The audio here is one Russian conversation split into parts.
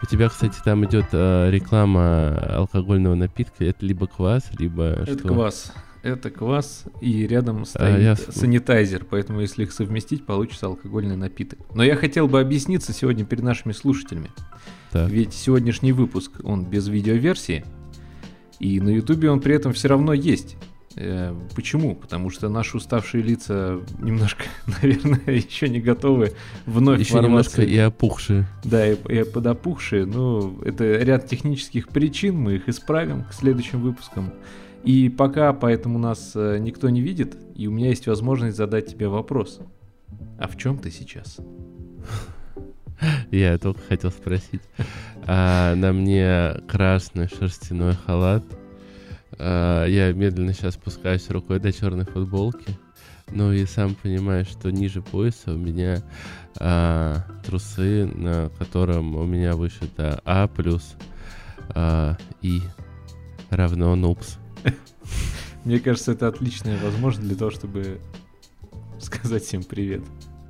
тебя, кстати, там идет реклама алкогольного напитка. Это либо квас, либо Это что? квас. Это квас, и рядом стоит я... санитайзер, поэтому если их совместить, получится алкогольный напиток. Но я хотел бы объясниться сегодня перед нашими слушателями. Так. Ведь сегодняшний выпуск, он без видеоверсии, и на Ютубе он при этом все равно есть. Почему? Потому что наши уставшие лица немножко, наверное, еще не готовы вновь еще немножко и опухшие. Да, и подопухшие. Ну, это ряд технических причин, мы их исправим к следующим выпускам. И пока поэтому нас никто не видит, и у меня есть возможность задать тебе вопрос. А в чем ты сейчас? Я только хотел спросить. На мне красный шерстяной халат. Я медленно сейчас спускаюсь рукой до черной футболки. Ну и сам понимаешь, что ниже пояса у меня трусы, на котором у меня вышито А+, И равно нупс. Мне кажется, это отличная возможность для того, чтобы сказать всем привет.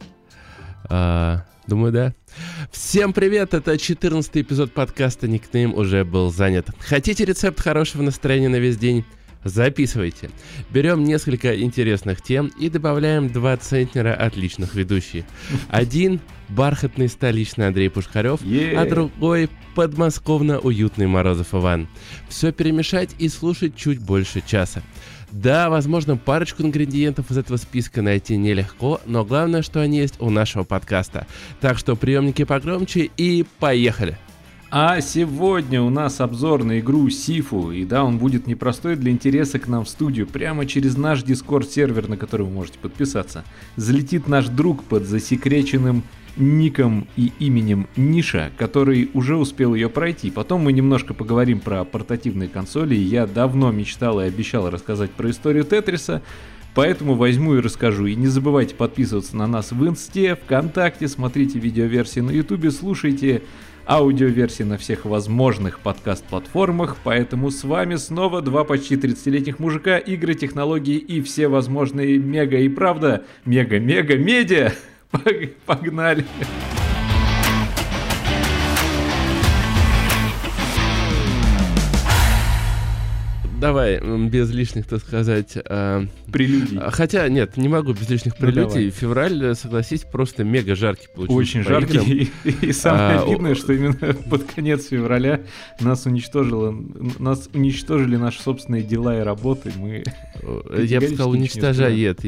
Думаю, да. Всем привет, это 14-й эпизод подкаста «Никнейм уже был занят». Хотите рецепт хорошего настроения на весь день? Записывайте. Берем несколько интересных тем и добавляем 2 центнера отличных ведущих. Один бархатный столичный Андрей Пушкарев, а другой подмосковно-уютный Морозов Иван. Все перемешать и слушать чуть больше часа. Да, возможно, парочку ингредиентов из этого списка найти нелегко, но главное, что они есть у нашего подкаста. Так что приемники погромче и поехали! А сегодня у нас обзор на игру Сифу, и да, он будет непростой для интереса к нам в студию, прямо через наш Discord-сервер, на который вы можете подписаться. Залетит наш друг под засекреченным ником и именем Ниша, который уже успел ее пройти. Потом мы немножко поговорим про портативные консоли. Я давно мечтал и обещал рассказать про историю Тетриса, поэтому возьму и расскажу. И не забывайте подписываться на нас в Инсте, ВКонтакте, смотрите видеоверсии на Ютубе, слушайте аудиоверсии на всех возможных подкаст-платформах. Поэтому с вами снова 2 почти 30-летних мужика, игры, технологии и все возможные мега и правда мега-мега-медиа. Погнали! Давай, без лишних, так сказать... прелюдий. Хотя, нет, не могу без лишних прелюдий. Давай. Февраль, согласись, просто мега жаркий получился. Очень жаркий. И самое обидное, что именно под конец февраля нас уничтожили наши собственные дела и работы. Я бы сказал, уничтожает.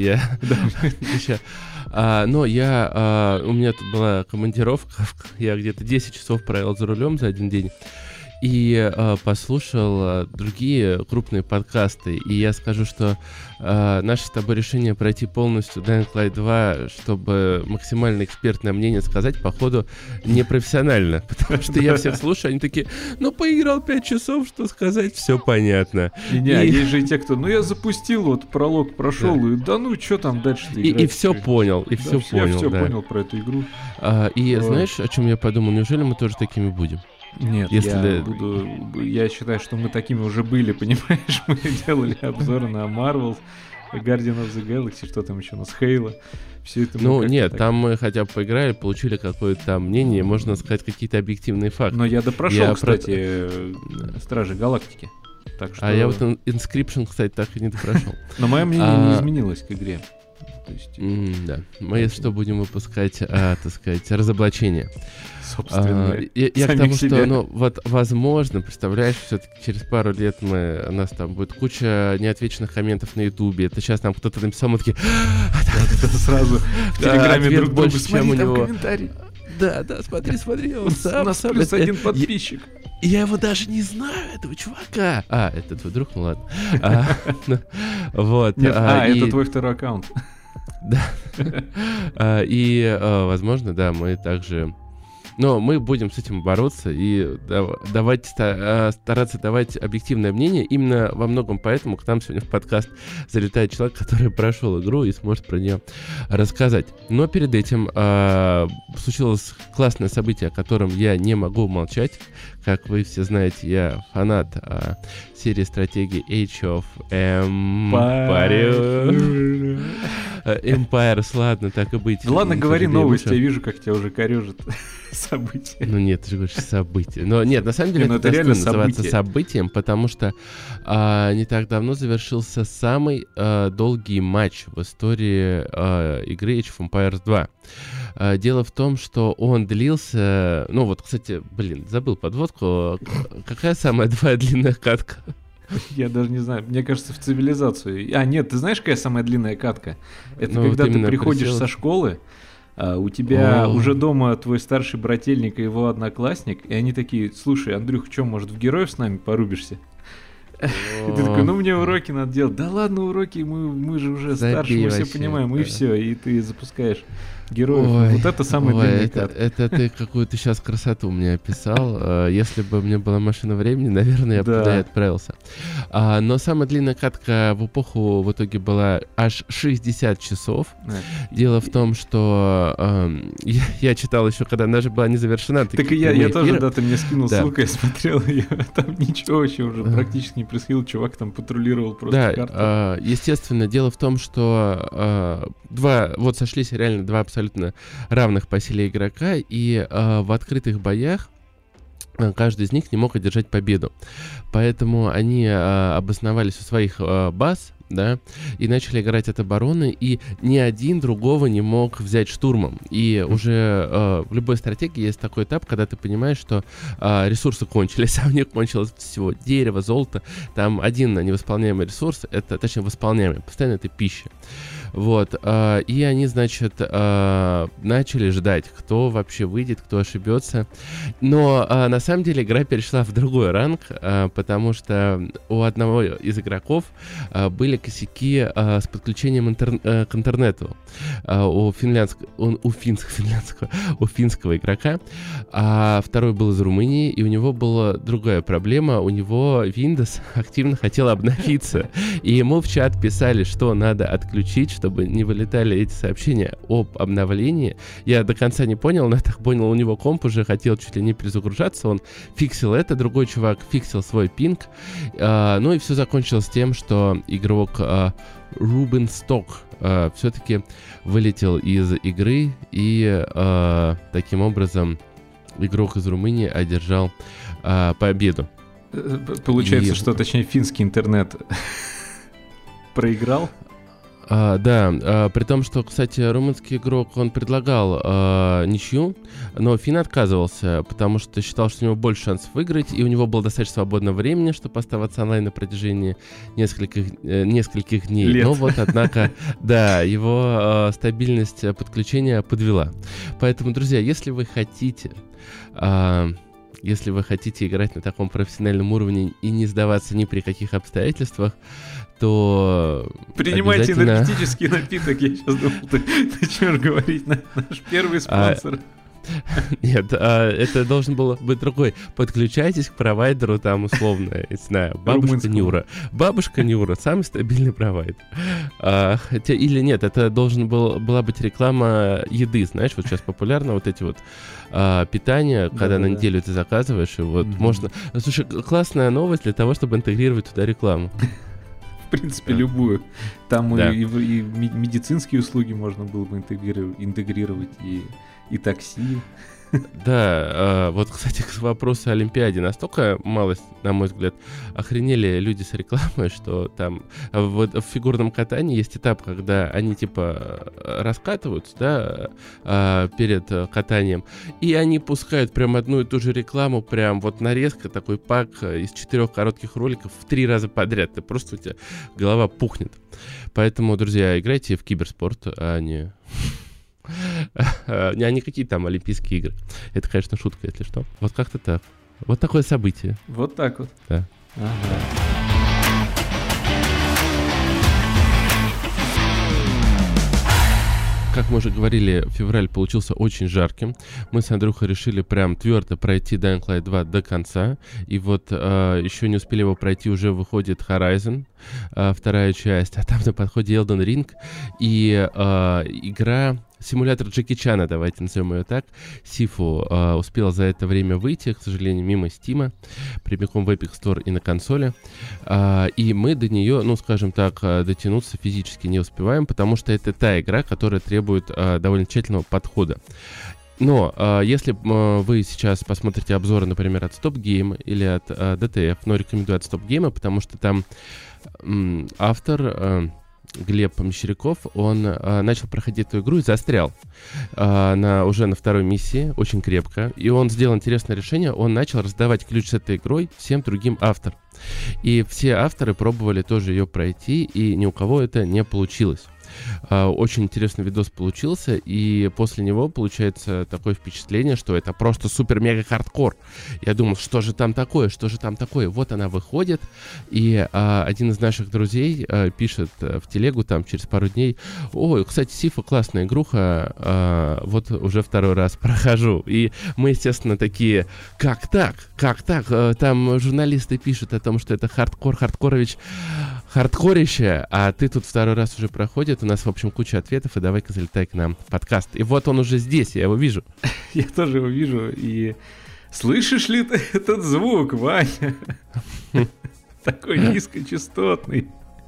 Но у меня тут была командировка. Я где-то 10 часов провел за рулем за один день. И послушал другие крупные подкасты. И я скажу, что наше с тобой решение пройти полностью Dying Light 2, чтобы максимально экспертное мнение сказать, походу, непрофессионально. Потому что я всех слушаю, они такие, поиграл 5 часов, что сказать, все понятно. Есть же и те, кто, я запустил, вот пролог прошел, и что там дальше-то играть? И все понял, Я все понял про эту игру. Знаешь, о чем я подумал? Неужели мы тоже такими будем? Нет, я считаю, что мы такими уже были, понимаешь? Мы делали обзоры на Marvel, Guardian of the Galaxy, что там еще у нас, Halo. Все это там мы хотя бы поиграли, получили какое-то там мнение, можно сказать, какие-то объективные факты. Но я допрошел, кстати, Стражи Галактики. Так что... я вот Inscription, кстати, так и не допрошел. Но мое мнение не изменилось к игре. Да. Мы, если что, будем выпускать, так сказать, разоблачение. Собственно, я к тому, что, возможно, представляешь, все-таки через пару лет у нас там будет куча неотвеченных комментов на Ютубе. Это сейчас нам кто-то написал, мы такие... Сразу в Телеграме друг другу, чем у него. Комментарий. Да, смотри, он сам. У нас плюс один подписчик. Я его даже не знаю, этого чувака. Это твой друг? Ну ладно. Нет, это твой второй аккаунт. Да. И, возможно, да, мы также... Но мы будем с этим бороться и стараться давать объективное мнение. Именно во многом поэтому к нам сегодня в подкаст залетает человек, который прошел игру и сможет про нее рассказать. Но перед этим случилось классное событие, о котором я не могу умолчать. Как вы все знаете, я фанат серии стратегии Age of Empires. Empires, ладно, так и быть. Да ладно, говори новости, я вижу, как тебя уже корежит события. Ну нет, ты же говоришь события. Но нет, на самом деле это реально называется событием, потому что не так давно завершился самый долгий матч в истории игры Age of Empires 2. Дело в том, что он длился... Ну вот, кстати, забыл подводку. Какая самая длинная катка? Я даже не знаю. Мне кажется, в цивилизацию. Нет, ты знаешь, какая самая длинная катка? Это когда ты приходишь со школы, у тебя уже дома твой старший брательник и его одноклассник, и они такие: слушай, Андрюх, что, может, в героев с нами порубишься? И ты такой: ну мне уроки надо делать. Да ладно, уроки, мы же уже старше, мы все понимаем, и все, и ты запускаешь героев. Вот это самая длинная катка. Это ты какую-то сейчас красоту мне описал. Если бы у меня была машина времени, наверное, я бы туда и отправился. Но самая длинная катка в эпоху в итоге была аж 60 часов. Дело в том, что я читал еще, когда она же была не завершена. Так и я тоже, да, ты мне скинул ссылку, я смотрел ее. Там ничего вообще уже практически не происходило. Чувак там патрулировал просто карту. Да, естественно, дело в том, что сошлись реально два абсолютно равных по силе игрока, и в открытых боях каждый из них не мог одержать победу. Поэтому они обосновались у своих баз, да, и начали играть от обороны, и ни один другого не мог взять штурмом. И уже в любой стратегии есть такой этап, когда ты понимаешь, что ресурсы кончились, а у них кончилось всего дерево, золото. Там один невосполняемый ресурс, точнее восполняемый, постоянно это пища. Вот, и они, значит, начали ждать, кто вообще выйдет, кто ошибется. Но на самом деле игра перешла в другой ранг, потому что у одного из игроков были косяки с подключением к интернету у финского игрока, а второй был из Румынии, и у него была другая проблема. У него Windows активно хотел обновиться, и ему в чат писали, что надо отключить, чтобы не вылетали эти сообщения об обновлении. Я до конца не понял, но я так понял, у него комп уже хотел чуть ли не перезагружаться, он фиксил это, другой чувак фиксил свой пинг, ну и все закончилось тем, что игрок Рубен Сток все-таки вылетел из игры, и таким образом игрок из Румынии одержал победу. Получается, что, точнее, финский интернет проиграл? Да, при том, что, кстати, румынский игрок, он предлагал ничью, но Финн отказывался, потому что считал, что у него больше шансов выиграть, и у него было достаточно свободного времени, чтобы оставаться онлайн на протяжении нескольких дней. Лет. Но вот, однако, да, его стабильность подключения подвела. Поэтому, друзья, если вы хотите играть на таком профессиональном уровне и не сдаваться ни при каких обстоятельствах, то принимайте энергетический напиток. Я сейчас думал, ты начнешь говорить, наш первый спонсор. Нет, это должен был быть другой. Подключайтесь к провайдеру, там, условно, не знаю, Бабушка Нюра. Бабушка Нюра, самый стабильный провайдер. Или нет, это была быть реклама еды, знаешь, вот сейчас популярно вот эти вот питания, когда на неделю ты заказываешь, и вот можно... Слушай, классная новость для того, чтобы интегрировать туда рекламу. В принципе, любую. Там и медицинские услуги можно было бы интегрировать, и такси. Да, вот, кстати, к вопросу о Олимпиаде. Настолько малость, на мой взгляд, охренели люди с рекламой, что там вот в фигурном катании есть этап, когда они типа раскатываются, да, перед катанием, и они пускают прям одну и ту же рекламу, прям вот нарезка, такой пак из 4 коротких роликов в 3 раза подряд. Ты просто, у тебя голова пухнет. Поэтому, друзья, играйте в киберспорт, а не какие там Олимпийские игры. Это, конечно, шутка, если что. Вот как-то так. Вот такое событие. Вот так вот. Да. Как мы уже говорили, февраль получился очень жарким. Мы с Андрюхой решили прям твердо пройти Dying Light 2 до конца. И вот еще не успели его пройти, уже выходит Horizon, вторая часть. А там на подходе Elden Ring. И игра симулятор Джеки Чана, давайте назовем ее так. Сифу успела за это время выйти, к сожалению, мимо Стима, прямиком в Epic Store и на консоли. И мы до нее, ну, скажем так, дотянуться физически не успеваем, потому что это та игра, которая требует довольно тщательного подхода. Но если вы сейчас посмотрите обзоры, например, от Stop Game или от DTF, но рекомендую от Stop Game, потому что там автор Глеб Мещеряков, он начал проходить эту игру и застрял уже на второй миссии, очень крепко. И он сделал интересное решение, он начал раздавать ключ с этой игрой всем другим авторам. И все авторы пробовали тоже ее пройти, и ни у кого это не получилось. Очень интересный видос получился, и после него получается такое впечатление, что это просто супер-мега-хардкор. Я думал, что же там такое? Вот она выходит, и один из наших друзей пишет в телегу там через пару дней: ой, кстати, Сифа классная игруха, вот уже второй раз прохожу. И мы, естественно, такие: как так? Там журналисты пишут о том, что это хардкорович, хардкорище, а ты тут второй раз уже проходит. У нас, в общем, куча ответов, и давай-ка залетай к нам в подкаст. И вот он уже здесь, я его вижу. Я тоже его вижу, и слышишь ли ты этот звук, Ваня? Такой низкочастотный.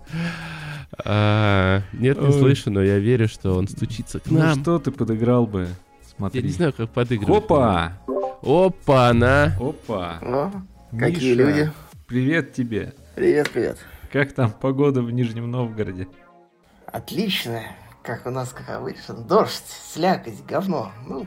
Нет, не слышу, но я верю, что он стучится к нам. Ну что ты подыграл бы? Смотри. Я не знаю, как подыгрывать. Опа! Опа-на! Опа! О, какие Миша, люди. Привет тебе. Привет. Как там погода в Нижнем Новгороде? Отлично. Как у нас, как обычно. Дождь, слякоть, говно. Ну,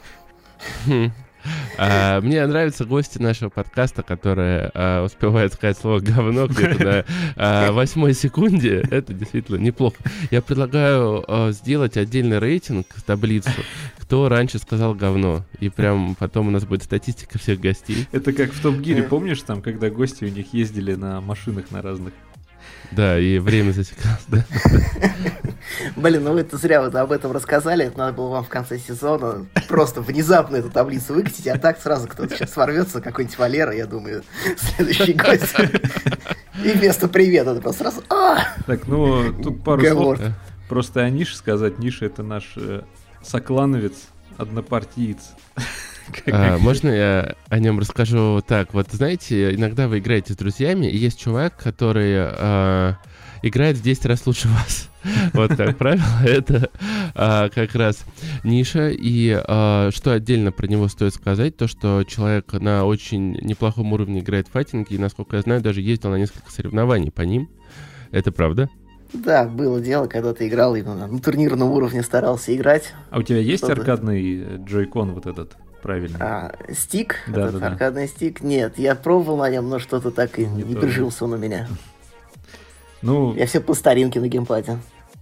Мне нравятся гости нашего подкаста, которые успевают сказать слово «говно» где-то на 8 секунде. Это действительно неплохо. Я предлагаю сделать отдельный рейтинг, таблицу, кто раньше сказал «говно». И прям потом у нас будет статистика всех гостей. Это как в Топ Гире, помнишь, там, когда гости у них ездили на машинах на разных? Да, и время засекалось, да. блин, ну вы-то зря вот об этом рассказали. Это надо было вам в конце сезона просто внезапно эту таблицу выкатить, а так сразу кто-то сейчас ворвется, какой-нибудь Валера, я думаю, следующий гость. И вместо привета это просто сразу... Так, ну, тут пару слов. Просто о Нише сказать. Ниша — это наш соклановец, однопартиец. Можно я о нем расскажу так? Вот знаете, иногда вы играете с друзьями, и есть чувак, который играет в 10 раз лучше вас. Вот, как правило, это как раз Ниша. И что отдельно про него стоит сказать, то, что человек на очень неплохом уровне играет в файтинги, и, насколько я знаю, даже ездил на несколько соревнований по ним. Это правда? Да, было дело, когда ты играл и на турнирном уровне старался играть. А у тебя есть аркадный джойкон вот этот? Правильно. Стик? Да, этот аркадный стик? Нет, я пробовал на нем, но что-то так и не прижился он у меня. Ну... Я все по старинке на геймпаде.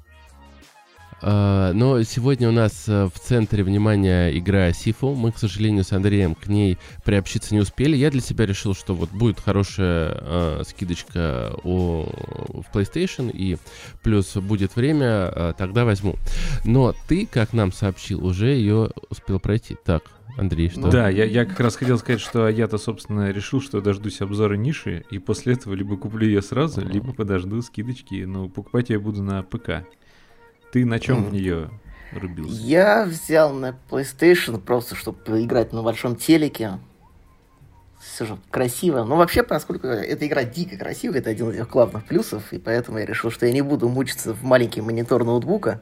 Но сегодня у нас в центре внимания игра Сифу. Мы, к сожалению, с Андреем к ней приобщиться не успели. Я для себя решил, что вот будет хорошая скидочка в PlayStation, и плюс будет время, тогда возьму. Но ты, как нам сообщил, уже ее успел пройти. Так, Андрей, что? Да, я как раз хотел сказать, что я-то, собственно, решил, что дождусь обзора Ниши, и после этого либо куплю ее сразу, либо подожду скидочки. Но покупать я буду на ПК. Ты на чем в нее рубился? Я взял на PlayStation просто, чтобы поиграть на большом телеке. Все же красиво. Но вообще, поскольку эта игра дико красивая, это один из ее главных плюсов, и поэтому я решил, что я не буду мучиться в маленький монитор ноутбука,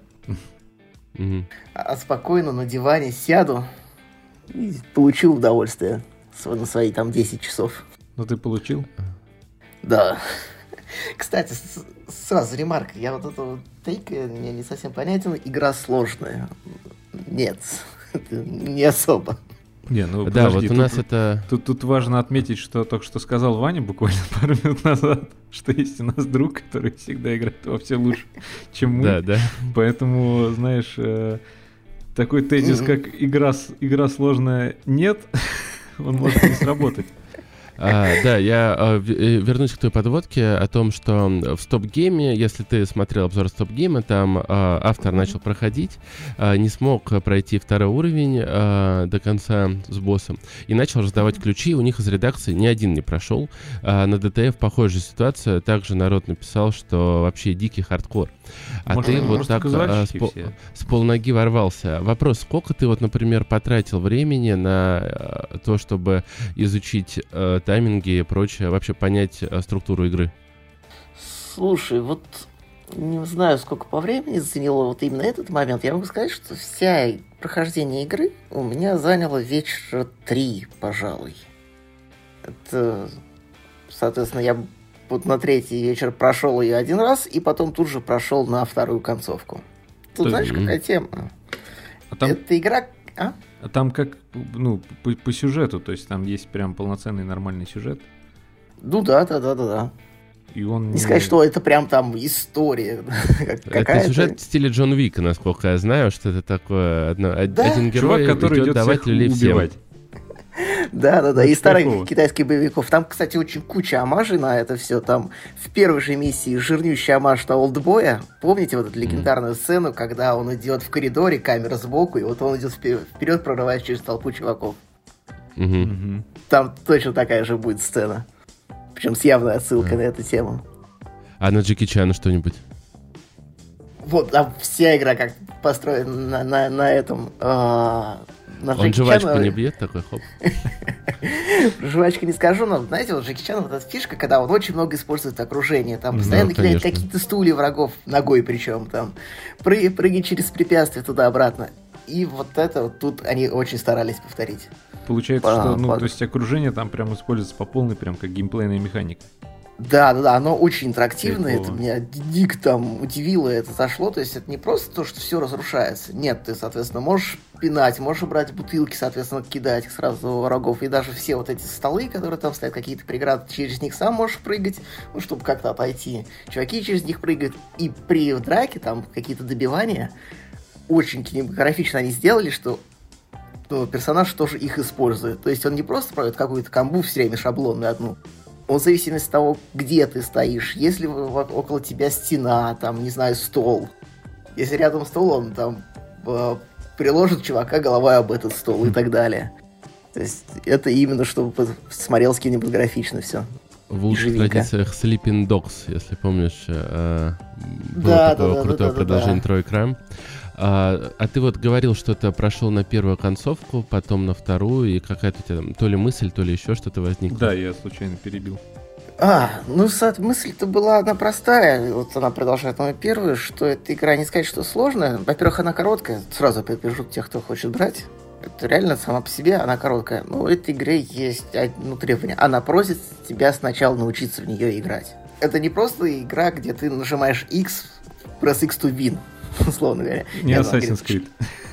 а спокойно на диване сяду и получил удовольствие на свои там 10 часов. Ну ты получил? Да. Кстати, сразу ремарка. Я вот это вот тейк, мне не совсем понятен. Игра сложная. Нет, не особо. Не, ну да, подожди, вот у нас это... Тут важно отметить, что только что сказал Ваня буквально пару минут назад, что есть у нас друг, который всегда играет во все лучше, чем мы. Да. Поэтому, знаешь, такой тезис, как игра сложная, нет, он может не сработать. Да, я вернусь к той подводке о том, что в стоп-гейме, если ты смотрел обзор стоп-гейма, там автор начал проходить, не смог пройти второй уровень до конца с боссом и начал раздавать ключи. У них из редакции ни один не прошел. На DTF похожая ситуация. Также народ написал, что вообще дикий хардкор. А Может, ты вот просто так казачки все. с полноги ворвался. Вопрос, сколько ты вот, например, потратил времени на то, чтобы изучить тайминги и прочее, вообще понять структуру игры? Слушай, вот не знаю, сколько по времени заняло вот именно этот момент. Я могу сказать, что вся прохождение игры у меня заняло вечера 3, пожалуй. Это, соответственно, я вот на 3-й вечер прошел ее 1 раз, и потом тут же прошел на 2-ю концовку. Тут, знаешь, какая тема? А там, Это игра... А? а там как, ну, по сюжету, то есть там есть прям полноценный нормальный сюжет, Ну да. и он... Не сказать, что это прям там история какая-то. Это сюжет в стиле Джон Уика, насколько я знаю, что это такое один герой Чувак, который идет идет давать всех люлей всем. убивать. Да. И Очень старых кайфово. китайских боевиков. Там, кстати, очень куча омажей на это все. Там в первой же миссии жирнющий омаж на Олдбоя. Помните вот эту легендарную сцену, когда он идет в коридоре, камера сбоку, и вот он идет вперед, прорываясь через толпу чуваков. Мгм. Там точно такая же будет сцена. Причем с явной отсылкой на эту тему. А на Джеки Чана что-нибудь? Вот, там вся игра как построена на этом... на Он Джеки жвачку Чана. не бьет такой, хоп? Жвачка не скажу, но, знаете, вот Джеки Чан, вот эта фишка, когда он очень много использует окружение, там постоянно кидает конечно. какие-то стулья врагов, ногой причем, там, прыгает через препятствия туда-обратно. И вот это вот тут они очень старались повторить. Получается, что, ну, ладно. то есть окружение там прям используется по полной, прям как геймплейная механика. Да, оно очень интерактивное, Кайфово. это меня дико там удивило, это зашло, то есть это не просто то, что все разрушается, нет, ты, соответственно, можешь пинать, можешь брать бутылки, соответственно, кидать их сразу в врагов, и даже все вот эти столы, которые там стоят, какие-то преграды, через них сам можешь прыгать, ну, чтобы как-то отойти, чуваки через них прыгают, и при драке, там, какие-то добивания, очень кинематографично они сделали, что персонаж тоже их использует, то есть он не просто проводит какую-то камбу все время шаблонную одну, он в зависимости от того, где ты стоишь. Если около тебя стена, там, не знаю, стол. Если рядом стол, он там приложит чувака головой об этот стол и так далее. То есть это именно, чтобы смотрелось кинематографично все. В лучших Живенько. традициях Sleeping Dogs, если помнишь, было Да, такое крутое да. продолжение Troy Crime. А ты вот говорил, что ты прошел на 1-ю концовку, потом на 2-ю, и какая-то у тебя там то ли мысль, то ли еще что-то возникло. Да, я случайно перебил. Мысль-то была одна простая. Вот она продолжает мою первую, что эта игра, не сказать, что сложная. Во-первых, она короткая. Сразу предупрежу тех, кто хочет брать. Это реально сама по себе она короткая. Но у этой игры есть одно требование. Она просит тебя сначала научиться в нее играть. Это не просто игра, где ты нажимаешь X, press X to win, условно говоря. Не И она Assassin's говорит,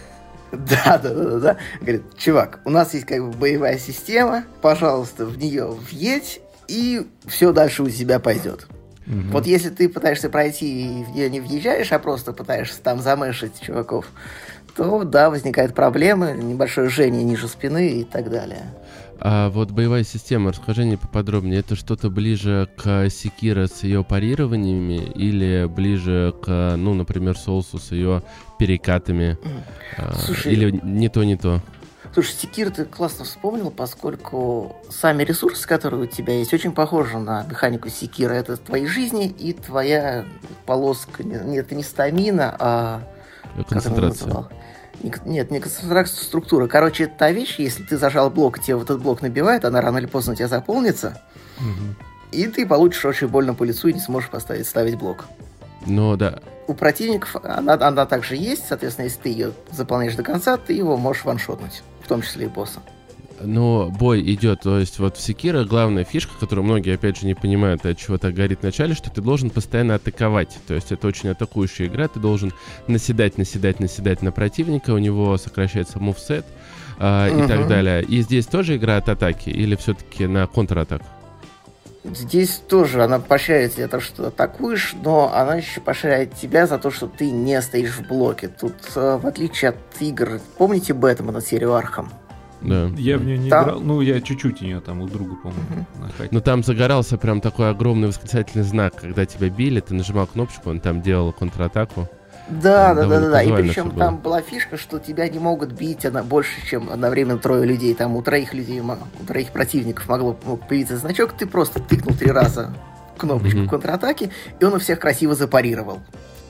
Creed. Да. Говорит, чувак, у нас есть как бы боевая система, пожалуйста, в нее въедь, и все дальше у тебя пойдет. Мгм. Вот если ты пытаешься пройти и в нее не въезжаешь, а просто пытаешься там замешать чуваков, то да, возникают проблемы, небольшое жжение ниже спины и так далее. А вот боевая система, расскажи мне поподробнее, это что-то ближе к Sekiro с ее парированиями или ближе к, ну, например, Souls'у с ее перекатами? Слушай, Или не то, не то? Слушай, Sekiro ты классно вспомнил, поскольку сами ресурсы, которые у тебя есть, очень похожи на механику Sekiro. Это твои жизни и твоя полоска. Нет, это не стамина, а... Концентрация. Нет, не концентрация, структура. Короче, это та вещь, если ты зажал блок, тебе вот этот блок набивает, она рано или поздно у тебя заполнится, Мгм. и ты получишь очень больно по лицу и не сможешь ставить блок. Ну, да. У противников она также есть, соответственно, если ты ее заполняешь до конца, ты его можешь ваншотнуть, в том числе и босса. Но бой идет, то есть вот в Sekiro главная фишка, которую многие, опять же, не понимают, от чего так горит в начале, что ты должен постоянно атаковать. То есть это очень атакующая игра, ты должен наседать на противника, у него сокращается мувсет и так далее. И здесь тоже игра от атаки или все-таки на контратаку? Здесь тоже она поощряет тебя то, что ты атакуешь, но она еще поощряет тебя за то, что ты не стоишь в блоке. Тут, в отличие от игр, помните Бэтмена, серию Архам? Да. Я в нее не Там- играл. Ну, я чуть-чуть ее там у друга, по-моему, нахакил. Но там загорался прям такой огромный восклицательный знак, когда тебя били, ты нажимал кнопочку, он там делал контратаку. Да. довольно И казуально причем всё было. там была фишка, что тебя не могут бить больше, чем одновременно 3 людей. Там у 3 людей, у 3 противников мог появиться значок, ты просто тыкнул 3 раза кнопочку Мгм. контратаки, и он у всех красиво запарировал.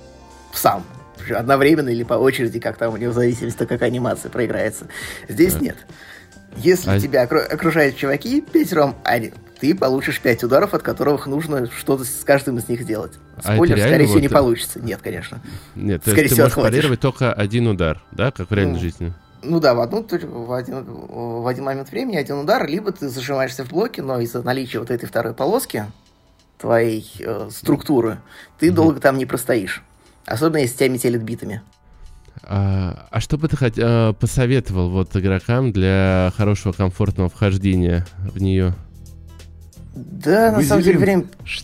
сам. Одновременно или по очереди, как там у него в зависимости, как анимация проиграется. Здесь нет. Если тебя окружают чуваки 5 ты получишь 5 ударов, от которых нужно что-то с каждым из них делать. Спойлер, скорее всего, не получится. Нет, конечно. Нет, то есть ты можешь парировать только один удар, да, как в реальной жизни? Ну да, в один момент времени один удар, либо ты зажимаешься в блоке, но из-за наличия вот этой второй полоски твоей структуры ты долго там не простоишь. Особенно если тебя метелят битами. А что бы ты посоветовал вот игрокам для хорошего комфортного вхождения в нее? Да, на самом деле время...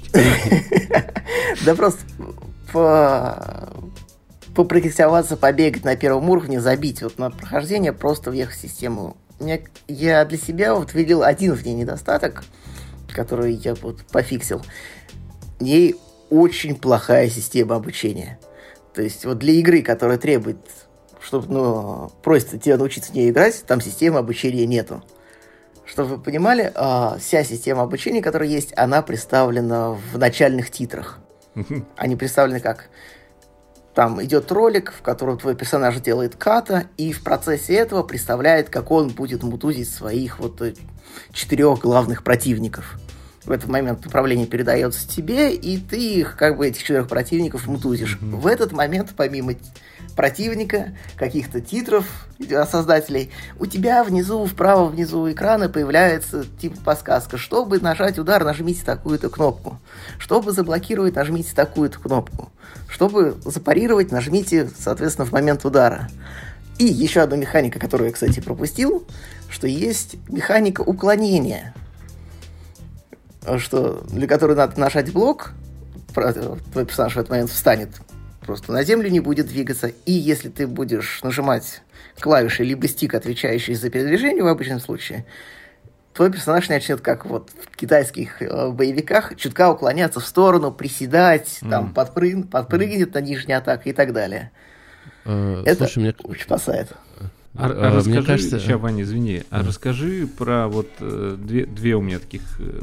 Да просто попрактиковаться, побегать на первом уровне, забить вот на прохождение, просто въехать в систему. Я для себя вот выделил один в ней недостаток, который я вот пофиксил. В ней очень плохая система обучения. То есть вот для игры, которая требует, чтобы, просит тебя научиться в ней играть, там системы обучения нету. Чтобы вы понимали, вся система обучения, которая есть, она представлена в начальных титрах. Они представлены как... Там идет ролик, в котором твой персонаж делает ката, и в процессе этого представляет, как он будет мутузить своих 4 главных противников. В этот момент управление передается тебе, и ты их, этих 4 противников мутузишь. В этот момент, помимо противника, каких-то титров создателей, у тебя вправо внизу экрана появляется подсказка. Чтобы нажать удар, нажмите такую-то кнопку. Чтобы заблокировать, нажмите такую-то кнопку. Чтобы запарировать, нажмите, соответственно, в момент удара. И еще одна механика, которую я, кстати, пропустил, что есть механика уклонения, для которой надо нажать блок, твой персонаж в этот момент встанет, просто на землю не будет двигаться, и если ты будешь нажимать клавиши либо стик, отвечающий за передвижение в обычном случае, твой персонаж начнет, как в китайских боевиках, чутка уклоняться в сторону, приседать, там подпрыгнет на нижней атаке и так далее. Это очень спасает. Расскажи, мне кажется... Сейчас, Ваня, извини, расскажи про две у меня таких,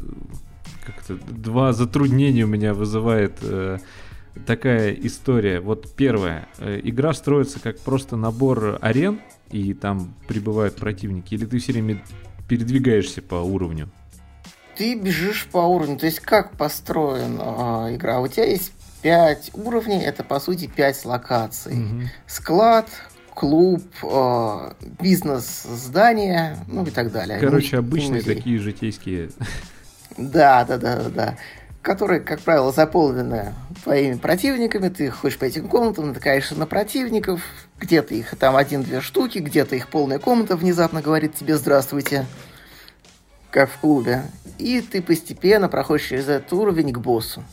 два затруднения у меня вызывает такая история. Вот первое, игра строится как просто набор арен, и там прибывают противники, или ты все время передвигаешься по уровню? Ты бежишь по уровню, то есть как построена игра? У тебя есть 5 уровней, это по сути 5 локаций. Склад, клуб, бизнес, здание, и так далее. Короче, обычные такие житейские. Да. Которые, как правило, заполнены твоими противниками. Ты ходишь по этим комнатам, натыкаешься на противников. Где-то их там 1-2 штуки, где-то их полная комната внезапно говорит тебе «здравствуйте», как в клубе. И ты постепенно проходишь через этот уровень к боссу.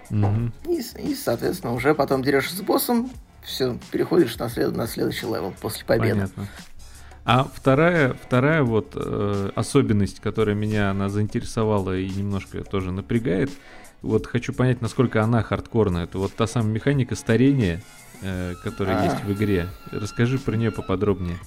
И, соответственно, уже потом дерешься с боссом, все, переходишь на следующий левел после победы. Понятно. А вторая особенность, которая меня заинтересовала и немножко тоже напрягает, хочу понять, насколько она хардкорная. Это та самая механика старения, которая есть в игре. Расскажи про нее поподробнее.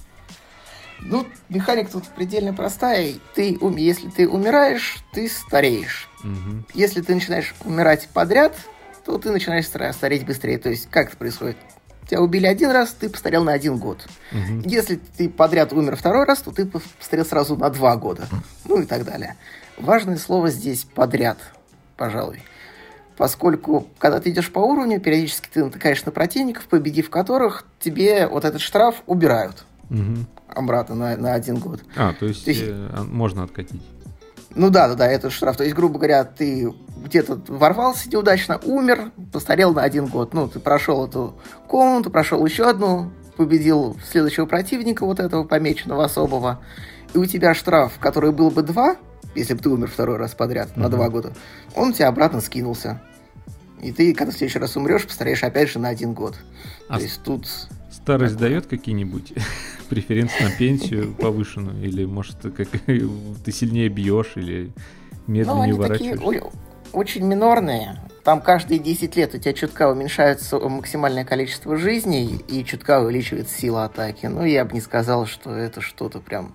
Механика тут предельно простая. Если ты умираешь, ты стареешь. Если ты начинаешь умирать подряд, то ты начинаешь стареть быстрее. То есть, как это происходит? Тебя убили 1 раз, ты постарел на 1 год. Если ты подряд умер 2 раз, то ты постарел сразу на 2 года. И так далее. Важное слово здесь «подряд», пожалуй. Поскольку, когда ты идешь по уровню, периодически ты натыкаешь на противников, победив которых, тебе этот штраф убирают. Обратно на 1 год. То есть можно откатить. Да, это штраф. То есть, грубо говоря, ты где-то ворвался неудачно, умер, постарел на 1 год. Ты прошел эту комнату, прошел еще одну, победил следующего противника, этого помеченного особого, и у тебя штраф, который был бы 2, если бы ты умер 2 раз подряд на 2 года, он у тебя обратно скинулся. И ты, когда в следующий раз умрешь, постареешь опять же на 1 год. То есть тут... Старость дает какие-нибудь преференции на пенсию повышенную? Или, может, ты сильнее бьешь, или медленнее уворачиваешься? Такие очень минорные. Там каждые 10 лет у тебя чутка уменьшается максимальное количество жизней, и чутка увеличивается сила атаки. Я бы не сказал, что это что-то прям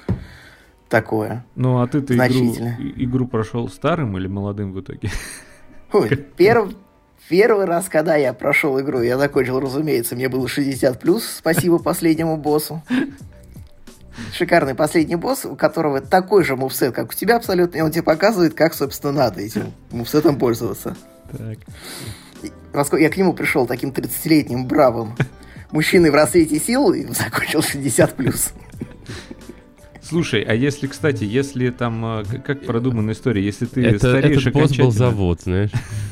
такое. А ты игру прошел старым или молодым в итоге? Первый раз, когда я прошел игру, я закончил, разумеется, мне было 60+, спасибо последнему боссу. Шикарный последний босс, у которого такой же мувсет, как у тебя абсолютно, и он тебе показывает, как, собственно, надо этим мувсетом пользоваться. Так. Я к нему пришел таким 30-летним бравым мужчиной в расцвете сил и закончил 60+. Слушай, а если, кстати, если там, как продумана история, если ты стареешь этот босс окончательно... был завод, знаешь.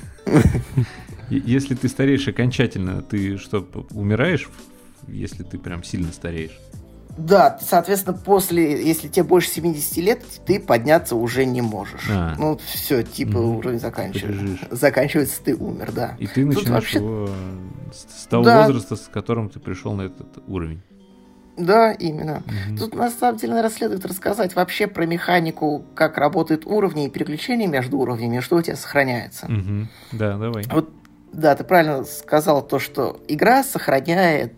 Если ты стареешь окончательно, ты что, умираешь, если ты прям сильно стареешь? Да, соответственно, если тебе больше 70 лет, ты подняться уже не можешь. Ну, все, типа, уровень заканчивается, ты умер, да. И ты начинаешь его с того возраста, с которым ты пришел на этот уровень. Да, именно. Тут, на самом деле, наверное, следует рассказать вообще про механику, как работают уровни и переключения между уровнями, что у тебя сохраняется. Да, давай. Вот, да, ты правильно сказал то, что игра сохраняет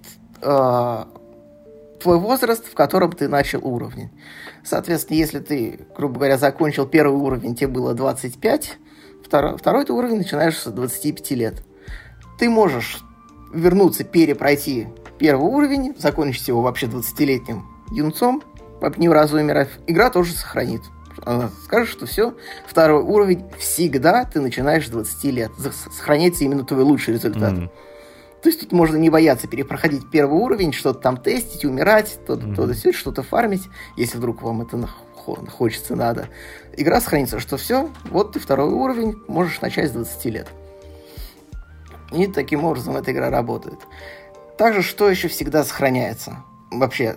твой возраст, в котором ты начал уровень. Соответственно, если ты, грубо говоря, закончил первый уровень, тебе было 25, второй ты уровень начинаешь с 25 лет. Ты можешь вернуться, перепройти первый уровень, закончить его вообще 20-летним юнцом, ни разу умирать. Игра тоже сохранит. Она скажет, что все, второй уровень всегда ты начинаешь с 20 лет. Сохраняется именно твой лучший результат. То есть тут можно не бояться перепроходить первый уровень, что-то там тестить, умирать, что-то фармить, если вдруг вам это хочется, надо. Игра сохранится, что все, вот ты второй уровень, можешь начать с 20 лет. И таким образом эта игра работает. Также, что еще всегда сохраняется? Вообще,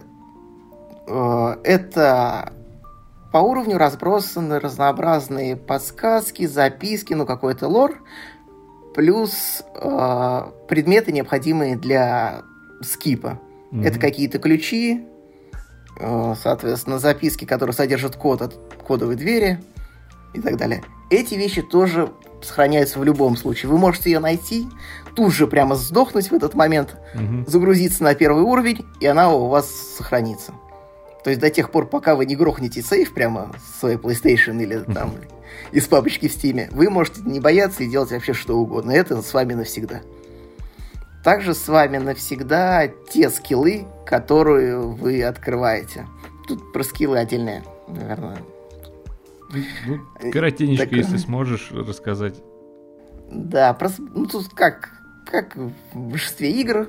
это по уровню разбросаны разнообразные подсказки, записки, какой-то лор, плюс предметы, необходимые для скипа. Это какие-то ключи, соответственно, записки, которые содержат код от кодовой двери и так далее. Эти вещи тоже сохраняются в любом случае. Вы можете ее найти, тут же прямо сдохнуть в этот момент, загрузиться на первый уровень, и она у вас сохранится. То есть до тех пор, пока вы не грохнете сейф прямо с своей PlayStation или там из папочки в Steam, вы можете не бояться и делать вообще что угодно. Это с вами навсегда. Также с вами навсегда те скиллы, которые вы открываете. Тут про скиллы отдельные, наверное. Коротенечко, если сможешь рассказать. Да, тут как в большинстве игр.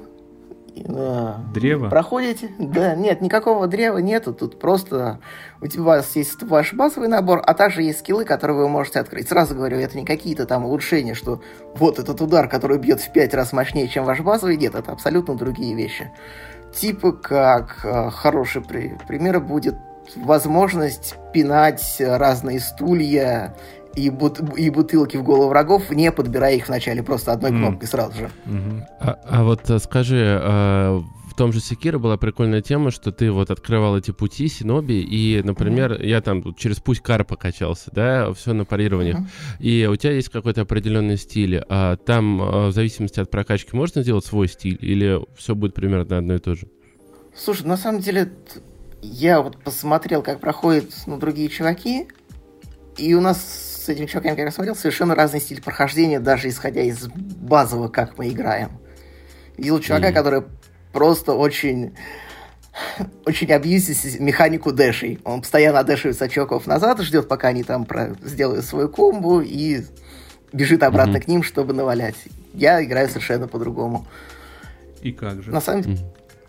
Древо? Проходите. Да, нет, никакого древа нету. Тут просто у вас есть ваш базовый набор, а также есть скиллы, которые вы можете открыть. Сразу говорю, это не какие-то там улучшения, что вот этот удар, который бьет в 5 раз мощнее, чем ваш базовый. Нет, это абсолютно другие вещи. Типа как хороший пример будет возможность пинать разные стулья и бутылки в голову врагов, не подбирая их вначале, просто одной кнопкой сразу же. А вот скажи, в том же Sekiro была прикольная тема, что ты вот открывал эти пути Синоби, и, например, я там через путь Карпа качался, да, все на парированиях, и у тебя есть какой-то определенный стиль, а там в зависимости от прокачки можно сделать свой стиль, или все будет примерно одно и то же? Слушай, на самом деле, я вот посмотрел, как проходят другие чуваки, и у нас с этими чуваками, как я смотрел, совершенно разный стиль прохождения, даже исходя из базового, как мы играем. Видел чувака, который просто очень абьюзит механику дэшей. Он постоянно дэшивает со чуваков назад, ждет, пока они там сделают свою комбу, и бежит обратно к ним, чтобы навалять. Я играю совершенно по-другому. И как же? На самом деле,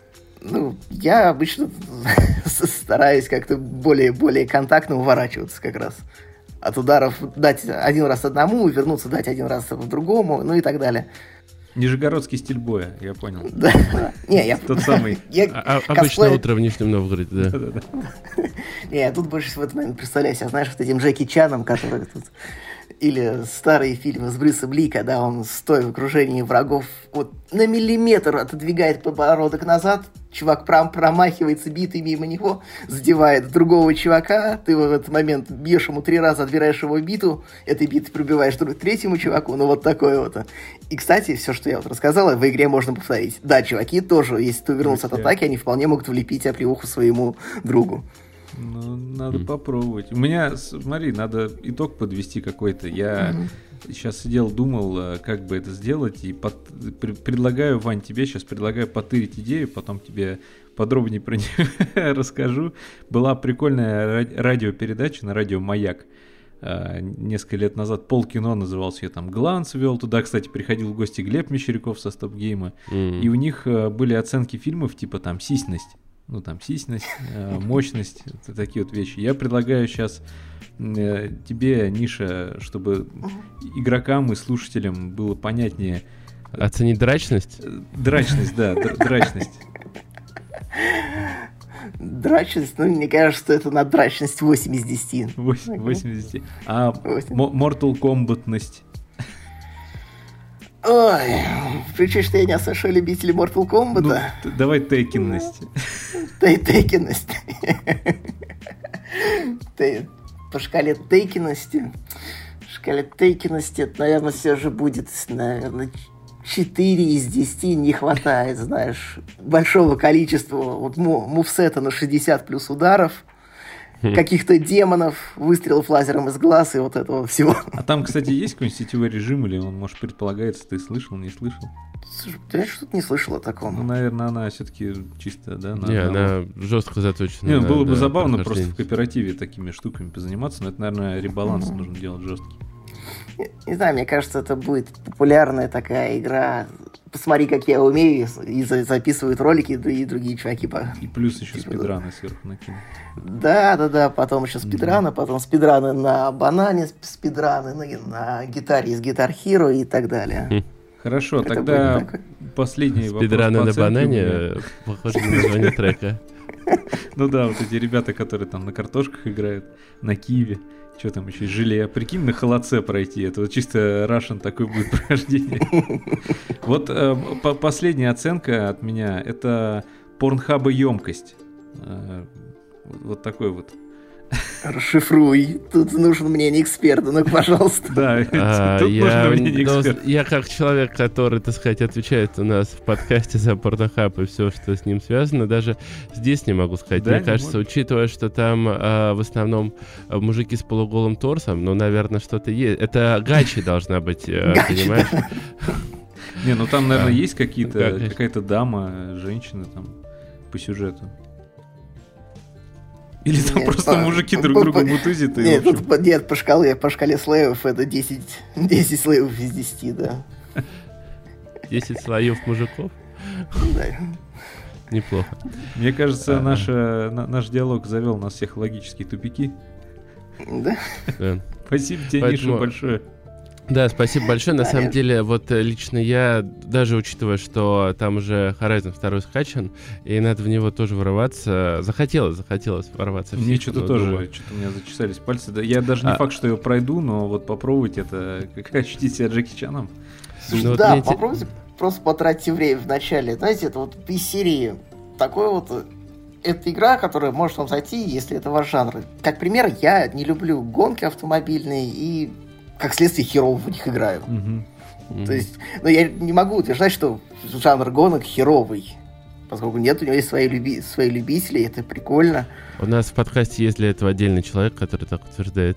я обычно стараюсь как-то более контактно уворачиваться как раз от ударов, дать один раз одному, вернуться, дать один раз другому, и так далее. Нижегородский стиль боя, я понял. Да. Не, я... Тот самый. Обычное утро в Нижнем Новгороде, да. Не, я тут больше всего это, наверное, представляю себя, знаешь, вот этим Джеки Чаном, который тут... Или старые фильмы с Брюсом Ли, когда он, стоя в окружении врагов, вот на миллиметр отодвигает подбородок назад, чувак промахивается, битый мимо него, задевает другого чувака, ты в этот момент бьешь ему 3 раза, отбираешь его биту, этой битой пробиваешь третьему чуваку, вот такое вот. И, кстати, все, что я вот рассказала, в игре можно повторить. Да, чуваки тоже, если ты увернулся от атаки, они вполне могут влепить оплеуху своему другу. Ну, надо попробовать. У меня, смотри, надо итог подвести какой-то. Я сейчас сидел, думал, как бы это сделать, и предлагаю, Вань, тебе сейчас предлагаю потырить идею, потом тебе подробнее про нее расскажу. Была прикольная радиопередача на радио «Маяк». Несколько лет назад «Полкино» назывался, ее там Гланс вел. Туда, кстати, приходил в гости Глеб Мещеряков со Стоп-гейма. И у них были оценки фильмов, типа там «Сисьность». Ну, там сисьность, мощность, такие вот вещи. Я предлагаю сейчас тебе, Ниша, чтобы игрокам и слушателям было понятнее... Оценить драчность? Драчность, да, драчность. Драчность, ну, мне кажется, что это на драчность 8 из 10. 8 из 10. А Mortal Kombat-ность? Ой, причем, что я не особо любитель Mortal Kombat. Ну, давай Текинность. Текинность. По шкале Текинности. Это, наверное, все же будет, наверное, 4 из 10 не хватает, знаешь, большого количества вот мувсета на 60 плюс ударов, каких-то демонов, выстрелов лазером из глаз и вот этого всего. А там, кстати, есть какой-нибудь сетевой режим, или он, может, предполагается, ты слышал, не слышал? Я что-то не слышал о таком. Ну, наверное, она все-таки чисто, да? Она жестко заточена. Не, было бы забавно просто в кооперативе такими штуками позаниматься, но это, наверное, ребаланс нужно делать жесткий. Не знаю, мне кажется, это будет популярная такая игра. Посмотри, как я умею, и записывают ролики, и другие чуваки. И плюс еще спидраны сверху накинут. Да, потом еще спидраны, потом спидраны на банане, спидраны на гитаре из Guitar Hero и так далее. Хорошо, это тогда последний вопрос. Спидраны на банане, похоже на название трека. Ну да, вот эти ребята, которые там на картошках играют, на киве. Что там еще, желе? Прикинь, на холодце пройти. Это вот чисто Russian такое будет прохождение. Вот последняя оценка от меня. Это порнхаба емкость. Вот такой вот. Расшифруй. Тут нужен мнение эксперта. Ну, пожалуйста. Да, тут нужно мнение эксперта. Я как человек, который, так сказать, отвечает у нас в подкасте за порнохаб и все, что с ним связано, даже здесь не могу сказать. Мне кажется, учитывая, что там в основном мужики с полуголым торсом, ну, наверное, что-то есть. Это гачи должна быть, понимаешь? Не, ну там, наверное, есть какая-то дама, женщина там по сюжету. Или там просто мужики друг друга мутузят? Нет, по шкале слоев это 10 слоев из 10, да. 10 слоев мужиков? Да. Неплохо. Мне кажется, наш диалог завел нас всех в логические тупики. Да. Спасибо тебе, Ниша, большое. Да, спасибо большое. На самом деле, вот лично я, даже учитывая, что там уже Horizon 2 скачан, и надо в него тоже врываться, захотелось ворваться в Мне фишку, что-то тоже, что-то у меня зачесались пальцы. Да, я даже не факт, что его пройду, но вот попробовать это, как ощутить себя Джеки Чаном. Слушай, да, попробуйте просто потратить время в начале. Знаете, это вот из серии такой вот... Это игра, которая может вам зайти, если это ваш жанр. Как пример, я не люблю гонки автомобильные и... как следствие, херово в них играю. То есть, но я не могу утверждать, что жанр гонок херовый, поскольку нет, у него есть свои любители, это прикольно. У нас в подкасте есть для этого отдельный человек, который так утверждает.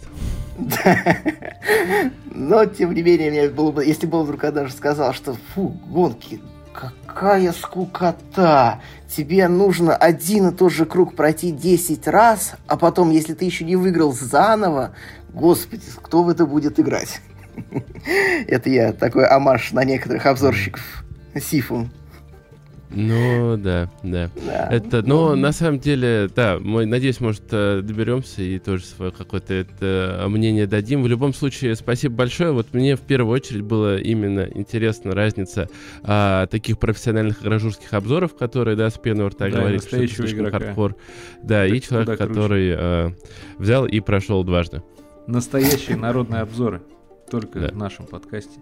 Но, тем не менее, мне было бы, если бы он вдруг однажды сказал, что фу, гонки, какая скукота, тебе нужно один и тот же круг пройти 10 раз, а потом, если ты еще не выиграл заново, господи, кто в это будет играть? Это я такой омаж на некоторых обзорщиков Сифу. Ну, да. Это, но на самом деле, да, мы, надеюсь, может, доберемся и тоже свое какое-то это мнение дадим. В любом случае, спасибо большое. Вот мне в первую очередь было именно интересна разница таких профессиональных гражурских обзоров, которые, да, с пены у рта говорит, что это слишком хардкор. Да, и человек, который взял и прошел дважды. Настоящие народные обзоры. Только в нашем подкасте.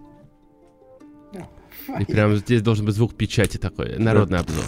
И прямо здесь должен быть звук печати такой. Народный обзор.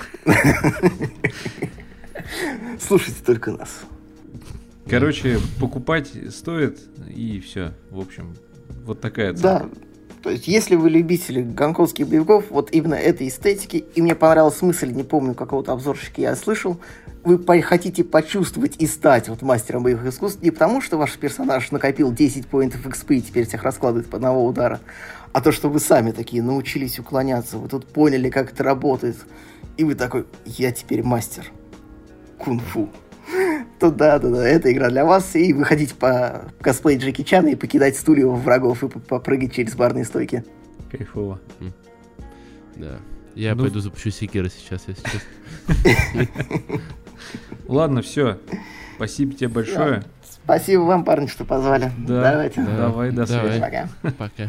Слушайте только нас. Короче, покупать стоит, и все. В общем, вот такая цена. Да. То есть, если вы любители гонконгских боевиков, вот именно этой эстетики, и мне понравилась мысль, не помню, какого-то обзорщика я слышал, вы хотите почувствовать и стать вот мастером боевых искусств не потому, что ваш персонаж накопил 10 поинтов XP и теперь всех раскладывает по одного удара, а то, что вы сами такие научились уклоняться, вы тут поняли, как это работает, и вы такой, я теперь мастер кунг-фу. То да, это игра для вас, и вы хотите по косплеить Джеки Чана и покидать стулья у врагов и попрыгать через барные стойки. Кайфово. Да. Я пойду запущу секиру сейчас, если честно. Ладно, все. Спасибо тебе большое. Спасибо вам, парни, что позвали. Да, давайте. Давай, до связи. Пока. Пока.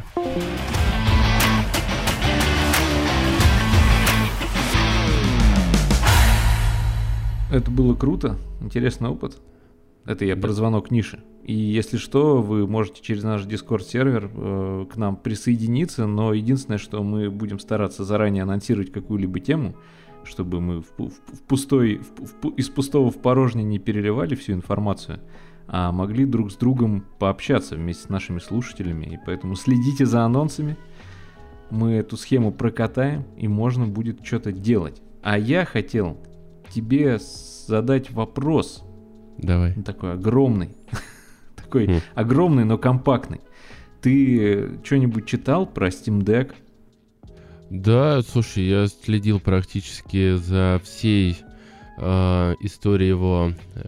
Это было круто, интересный опыт. Это я про звонок Ниши. И если что, вы можете через наш Discord-сервер к нам присоединиться, но единственное, что мы будем стараться заранее анонсировать какую-либо тему, чтобы мы из пустого в порожнее не переливали всю информацию, а могли друг с другом пообщаться вместе с нашими слушателями. И поэтому следите за анонсами, мы эту схему прокатаем, и можно будет что-то делать. А я хотел тебе задать вопрос. Давай. Такой огромный. Такой огромный, но компактный. Ты что-нибудь читал про Steam Deck? Да, слушай, я следил практически за всей историей его.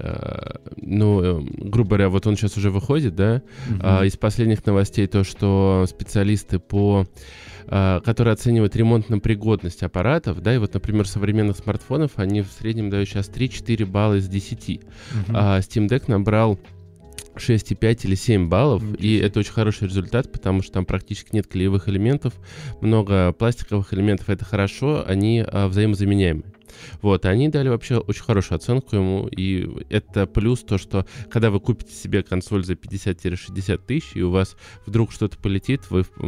Грубо говоря, вот он сейчас уже выходит, да? Из последних новостей то, что специалисты которые оценивают ремонтно-пригодность аппаратов, да, и вот, например, современных смартфонов, они в среднем дают сейчас 3-4 балла из 10. А Steam Deck набрал 6,5 или 7 баллов, и это очень хороший результат, потому что там практически нет клеевых элементов, много пластиковых элементов, это хорошо, они взаимозаменяемы. Вот, они дали вообще очень хорошую оценку ему, и это плюс то, что когда вы купите себе консоль за 50-60 тысяч, и у вас вдруг что-то полетит,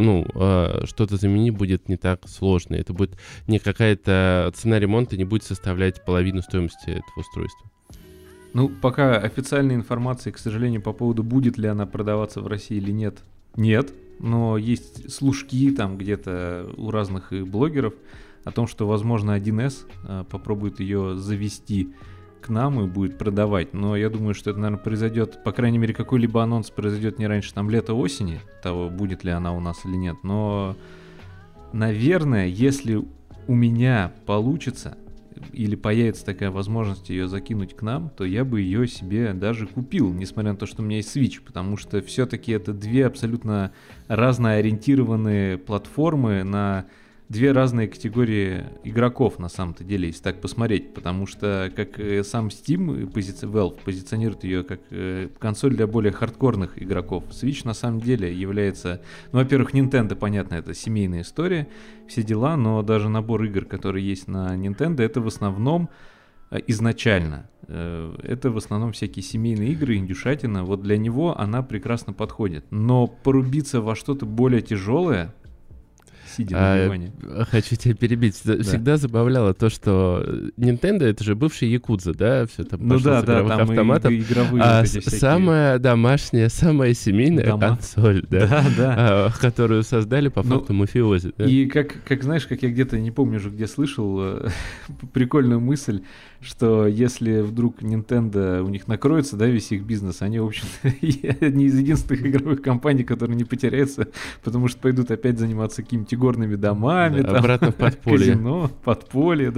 что-то заменить будет не так сложно. Это будет не какая-то цена ремонта, не будет составлять половину стоимости этого устройства. Ну, пока официальной информации, к сожалению, по поводу, будет ли она продаваться в России или нет, нет. Но есть слушки там где-то у разных блогеров о том, что, возможно, 1С попробует ее завести к нам и будет продавать. Но я думаю, что это, наверное, произойдет, по крайней мере, какой-либо анонс произойдет не раньше там лета-осени, того, будет ли она у нас или нет. Но, наверное, если у меня получится или появится такая возможность ее закинуть к нам, то я бы ее себе даже купил, несмотря на то, что у меня есть Switch, потому что все-таки это две абсолютно разно-ориентированные платформы на две разные категории игроков, на самом-то деле, если так посмотреть, потому что как сам Steam, Valve позиционирует ее как консоль для более хардкорных игроков. Switch на самом деле является, во-первых, Nintendo, понятно, это семейная история, все дела, но даже набор игр, которые есть на Nintendo, это в основном изначально, это в основном всякие семейные игры, индюшатина, вот для него она прекрасно подходит, но порубиться во что-то более тяжелое, сидя на диване. Хочу тебя перебить. Всегда забавляло то, что Nintendo — это же бывший Якудза, да? Все там пошло с игровых автоматов. Игровые самая домашняя, самая семейная консоль, да, которую создали по факту мафиози. Да? И как знаешь, как я где-то, не помню уже, где слышал, прикольную мысль, что если вдруг Nintendo у них накроется, да, весь их бизнес, они, в общем-то, одни из единственных игровых компаний, которые не потеряются, потому что пойдут опять заниматься какими-то горными домами, да, там, обратно в подполье. Казино, подполье,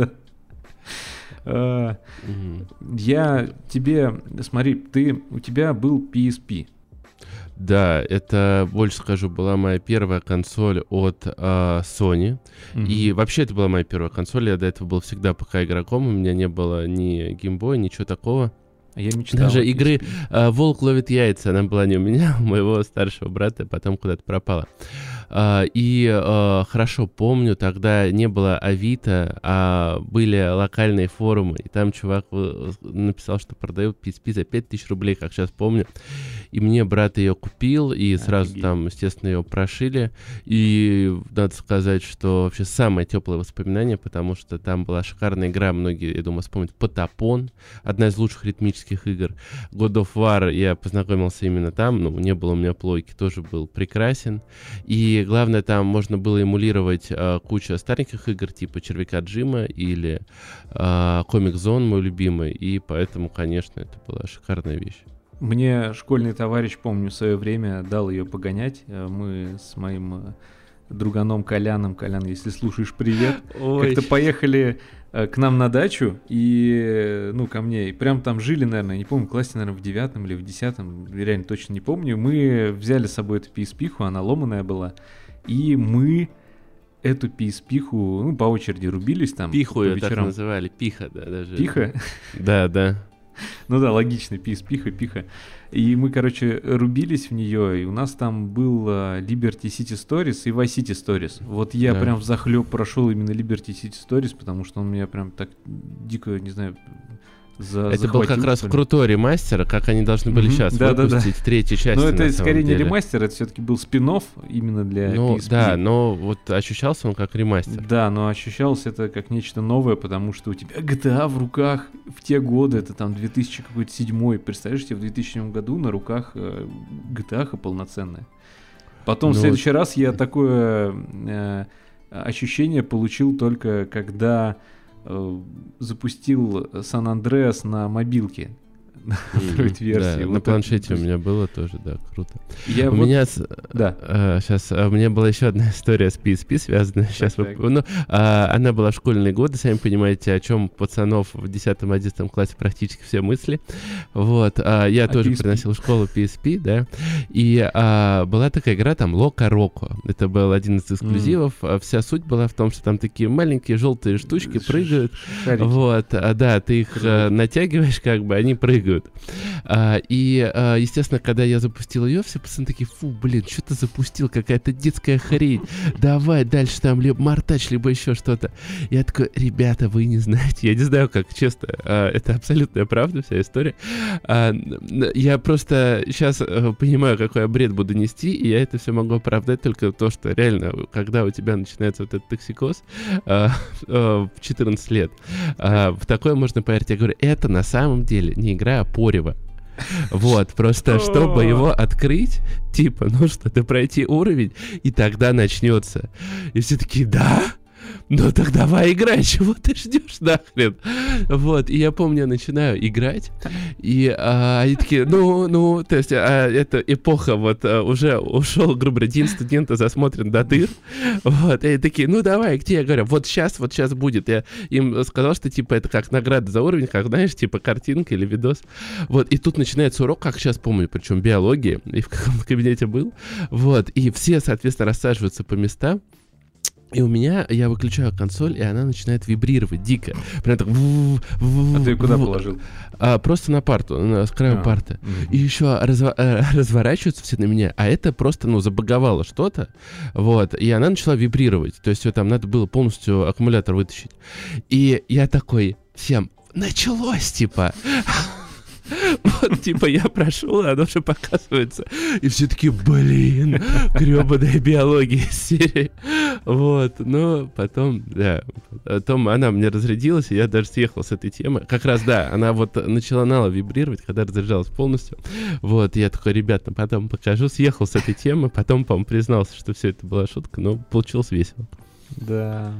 да. Я тебе, смотри, у тебя был PSP. Да, это, больше скажу, была моя первая консоль от Sony. И вообще это была моя первая консоль. Я до этого был всегда ПК игроком. У меня не было ни геймбоя, ничего такого. Я мечтал. Даже игры «Волк ловит яйца», она была не у меня, у моего старшего брата, потом куда-то пропала. И хорошо помню, тогда не было Авито, а были локальные форумы, и там чувак написал, что продает PSP за 5000 рублей, как сейчас помню. И мне брат ее купил, и сразу там, естественно, ее прошили. И надо сказать, что вообще самое теплое воспоминание, потому что там была шикарная игра, многие, я думаю, вспомнят, Потапон, одна из лучших ритмических игр. God of War, я познакомился именно там, не было у меня плойки, тоже был прекрасен. И И главное, там можно было эмулировать кучу стареньких игр, типа Червяка Джима или Comic Zone, мой любимый. И поэтому, конечно, это была шикарная вещь. Мне школьный товарищ, помню, в свое время дал ее погонять. Мы с моим друганом Коляном, Колян, если слушаешь, привет, как-то поехали к нам на дачу, и, ко мне, и прям там жили, наверное, не помню, в классе, наверное, в 9 или в 10, реально точно не помню. Мы взяли с собой эту PSP-ху, она ломаная была, и мы эту PSP-ху, по очереди рубились там. Пиху ее так называли, пиха, да, даже. Пиха? Да. Ну да, логично, пиха. И мы, рубились в нее, и у нас там был Liberty City Stories и Vice City Stories. Вот я прям взахлеб прошел именно Liberty City Stories, потому что он меня прям так дико, не знаю, это был как раз крутой ремастер, как они должны были сейчас выпустить третью часть. Но это скорее не ремастер, это все-таки был спин-офф именно для PSP. Да, но вот ощущался он как ремастер. Да, но ощущался это как нечто новое, потому что у тебя GTA в руках в те годы, это там 2007, представляешь, тебе в 2007 году на руках GTA полноценная. Потом в следующий раз я такое ощущение получил только когда запустил Сан-Андреас на мобилке. Android-версии. Да, на планшете у меня было тоже, да, круто. У меня была еще одна история с PSP связанная. Она была в школьные годы, сами понимаете, о чем пацанов в 10-11 классе практически все мысли. Вот, я тоже приносил в школу PSP, да, и была такая игра, там, Лока Роко. Это был один из эксклюзивов. Вся суть была в том, что там такие маленькие желтые штучки прыгают. Вот, да, ты их натягиваешь, как бы, они прыгают. Естественно, когда я запустил ее, все пацаны такие: фу, блин, что ты запустил, какая-то детская хрень, давай дальше там либо Мартач, либо еще что-то. Я такой: ребята, вы не знаете, я не знаю, как, честно, это абсолютная правда, вся история. Я просто сейчас понимаю, какой я бред буду нести, и я это все могу оправдать только то, что реально, когда у тебя начинается вот этот токсикоз в 14 лет, в такое можно поверить. Я говорю, это на самом деле не игра, а порево. Вот, просто чтобы его открыть, нужно пройти уровень, и тогда начнется. И все такие: да? Ну так давай играй, чего ты ждешь нахрен? Вот, и я помню, я начинаю играть, и они такие: то есть эта эпоха, уже ушел, грубо говоря, день студента засмотрен до дыр, вот, и они такие: ну давай, где? Я говорю, вот сейчас будет. Я им сказал, что, это как награда за уровень, как, знаешь, картинка или видос. Вот, и тут начинается урок, как сейчас помню, причем биологии, и в каком-то кабинете был, вот, и все, соответственно, рассаживаются по местам. И у меня, я выключаю консоль, и она начинает вибрировать дико. Прям так... А ты куда положил? Просто на парту, с краю парты. И еще разворачиваются все на меня, а это просто, забаговало что-то. Вот, и она начала вибрировать. То есть там надо было полностью аккумулятор вытащить. И я такой: всем, началось, Вот, я прошел, оно уже показывается. И все таки: блин, гребаная биология серии. Вот, но потом, да, потом она мне разрядилась, и я даже съехал с этой темы. Как раз, да, она начала вибрировать, когда разряжалась полностью. Вот, я такой: ребята, потом покажу, съехал с этой темы. Потом, по-моему, признался, что все это была шутка, но получилось весело. Да.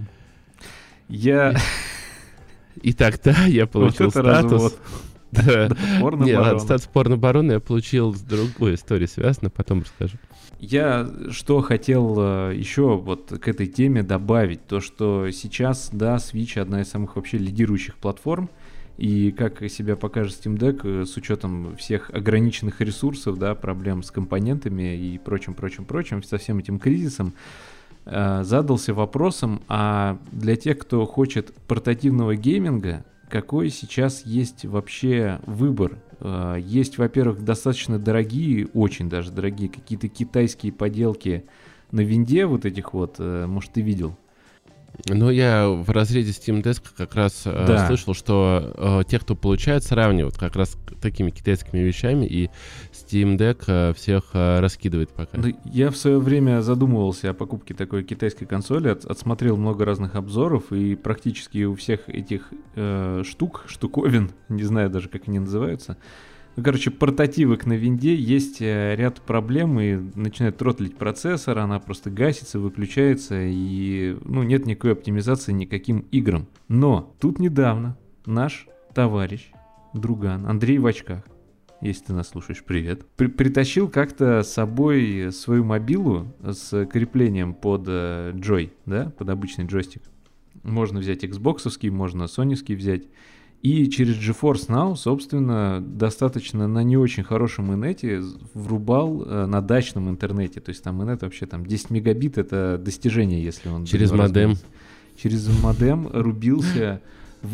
И тогда я получил статус... Да. Нет, статус порно-барона я получил с другой историей связано, потом расскажу. Я что хотел еще к этой теме добавить, то что сейчас, да, Switch одна из самых вообще лидирующих платформ, и как себя покажет Steam Deck с учетом всех ограниченных ресурсов, да, проблем с компонентами и прочим, со всем этим кризисом, задался вопросом, а для тех, кто хочет портативного гейминга, какой сейчас есть вообще выбор? Есть, во-первых, достаточно дорогие, очень даже дорогие, какие-то китайские поделки на винде этих может, ты видел? Ну, я в разрезе Steam Deck как раз слышал, что те, кто получает, сравнивают как раз такими китайскими вещами, и Steam Deck всех раскидывает пока. Ну, я в свое время задумывался о покупке такой китайской консоли, отсмотрел много разных обзоров, и практически у всех этих штуковин, не знаю даже, как они называются, портативок на винде есть ряд проблем, и начинает тротлить процессор, она просто гасится, выключается, и нет никакой оптимизации никаким играм. Но тут недавно наш товарищ, друган Андрей в очках, если ты нас слушаешь, привет, притащил как-то с собой свою мобилу с креплением под Joy, да, под обычный джойстик. Можно взять Xbox-овский, можно Sony-ский взять. И через GeForce Now, собственно, достаточно на не очень хорошем инете врубал на дачном интернете. То есть там инет вообще там 10 мегабит — это достижение, если он... Через модем. Через модем рубился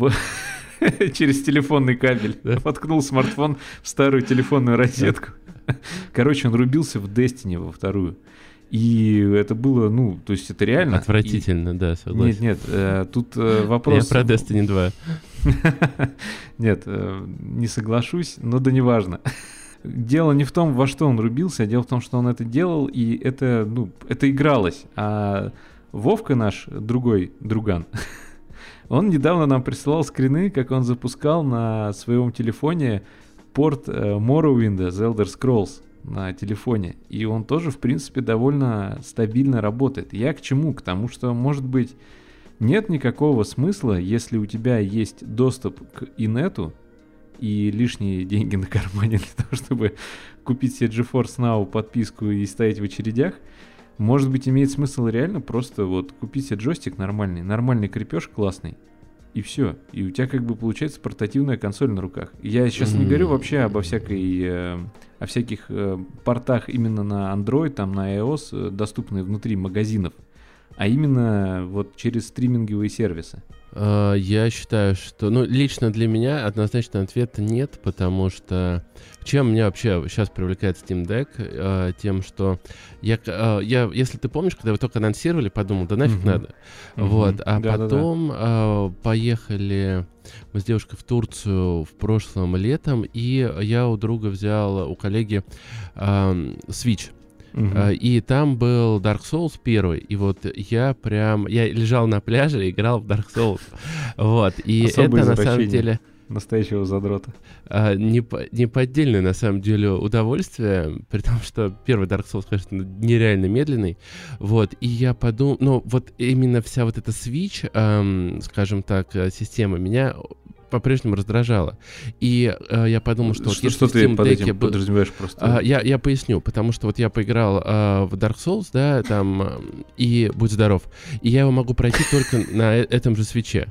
через телефонный кабель. Воткнул смартфон в старую телефонную розетку. Короче, он рубился в Destiny во вторую. И это было, то есть это реально... Отвратительно, да, согласен. Нет, тут вопрос... Я про Destiny 2. Нет, не соглашусь, но да неважно. Дело не в том, во что он рубился, а дело в том, что он это делал, и это игралось. А Вовка наш, другой друган, он недавно нам присылал скрины, как он запускал на своем телефоне порт Morrowind, The Elder Scrolls на телефоне. И он тоже, в принципе, довольно стабильно работает. Я к чему? К тому, что, может быть, нет никакого смысла, если у тебя есть доступ к инету и лишние деньги на кармане для того, чтобы купить себе GeForce Now подписку и стоять в очередях. Может быть, имеет смысл реально просто купить себе джойстик нормальный крепеж классный, и все. И у тебя получается портативная консоль на руках. Я сейчас не говорю вообще о всяких портах именно на Android, там на iOS, доступные внутри магазинов, а именно через стриминговые сервисы. Я считаю, что... лично для меня однозначно ответа нет, потому что... Чем меня вообще сейчас привлекает Steam Deck? Тем, что я, если ты помнишь, когда вы только анонсировали, подумал, да нафиг надо. А потом поехали мы с девушкой в Турцию в прошлом летом, и я у друга взял, у коллеги, Switch. И там был Dark Souls 1, и я лежал на пляже и играл в Dark Souls. И особое это на самом деле... настоящего задрота. Неподдельное, на самом деле, удовольствие, при том, что первый Dark Souls, конечно, нереально медленный. И я подумал, именно вся эта Switch, скажем так, система меня по-прежнему раздражала. И я подумал, что... Что ты под этим подразумеваешь просто? Я поясню, потому что я поиграл в Dark Souls, да, там, и будь здоров. И я его могу пройти только на этом же свитче.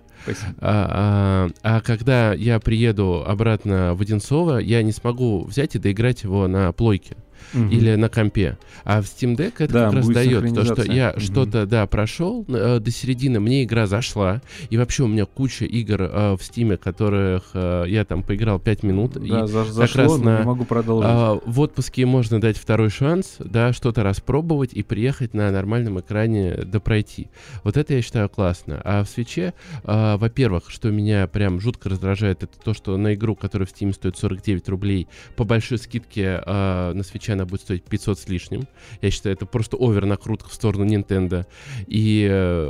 А когда я приеду обратно в Одинцово, я не смогу взять и доиграть его на плойке. Или на компе. А в Steam Deck это как раз дает то, что я что-то, прошел до середины, мне игра зашла, и вообще у меня куча игр в Steam, которых я там поиграл 5 минут. Да, и зашло, как раз но не могу продолжить. В отпуске можно дать второй шанс, да, что-то распробовать и приехать на нормальном экране допройти. Это я считаю классно. А в Switch'е, во-первых, что меня прям жутко раздражает, это то, что на игру, которая в Steam стоит 49 рублей, по большой скидке на Switch'е она будет стоить 500 с лишним. Я считаю, это просто овер-накрутка в сторону Nintendo. И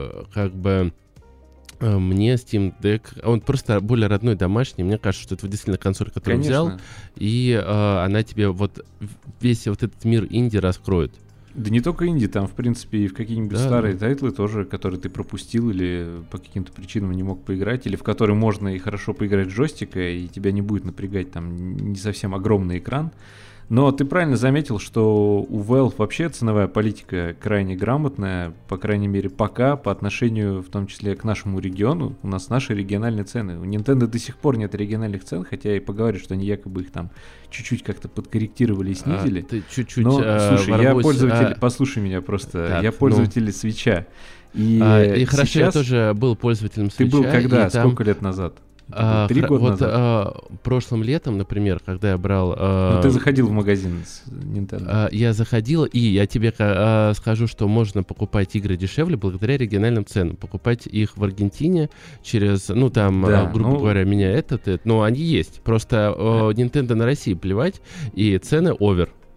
мне Steam Deck, он просто более родной, домашний. Мне кажется, что это действительно консоль, которую взял, и она тебе весь этот мир инди раскроет. Да не только инди, там, в принципе, и в какие-нибудь старые тайтлы тоже, которые ты пропустил или по каким-то причинам не мог поиграть, или в которые можно и хорошо поиграть с джойстика, и тебя не будет напрягать там не совсем огромный экран. Но ты правильно заметил, что у Valve вообще ценовая политика крайне грамотная, по крайней мере пока, по отношению в том числе к нашему региону. У нас наши региональные цены. У Nintendo до сих пор нет региональных цен, хотя и поговорят, что они якобы их там чуть-чуть как-то подкорректировали и снизили. Ты чуть-чуть но, слушай, я пользователь, послушай меня просто, так, я пользователь Switch'а. И хорошо, сейчас... я тоже был пользователем Switch'а. Ты был когда? Сколько лет назад? 3 года назад. Прошлым летом, например, когда я брал... ты заходил в магазин с Nintendo. Я заходил, и я тебе скажу, что можно покупать игры дешевле благодаря региональным ценам. Покупать их в Аргентине через, грубо говоря, меня но они есть. Просто Nintendo на России плевать, и цены овер.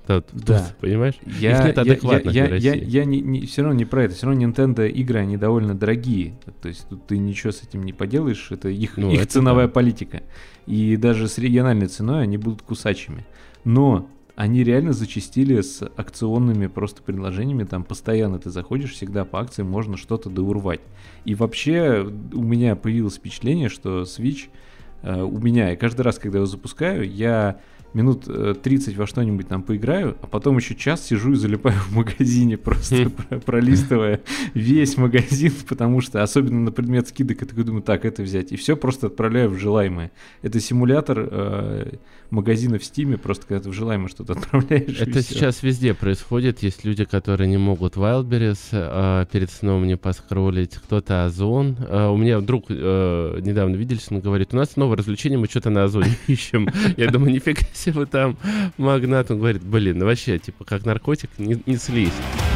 туз, понимаешь? Их нет адекватных в России. Я все равно не про это. Все равно Nintendo игры, они довольно дорогие. То есть тут ты ничего с этим не поделаешь. Это их ценовая политика. И даже с региональной ценой они будут кусачими. Но они реально зачастили с акционными просто предложениями. Там постоянно ты заходишь, всегда по акции можно что-то доурвать. И вообще у меня появилось впечатление, что Switch у меня, и каждый раз, когда я его запускаю, я минут 30 во что-нибудь там поиграю, а потом еще час сижу и залипаю в магазине, просто пролистывая весь магазин, потому что, особенно на предмет скидок, я такой думаю, так, это взять, и все просто отправляю в желаемое. Это симулятор магазина в Стиме, просто когда ты в желаемое что-то отправляешь. Это сейчас везде происходит. Есть люди, которые не могут Wildberries перед сном не поскроллить, кто-то Озон. У меня друг недавно виделись, он говорит, у нас новое развлечение, мы что-то на Озоне ищем. Я думаю, нифига себе вы там магнат. Он говорит, блин, вообще, типа, как наркотик, не слизь.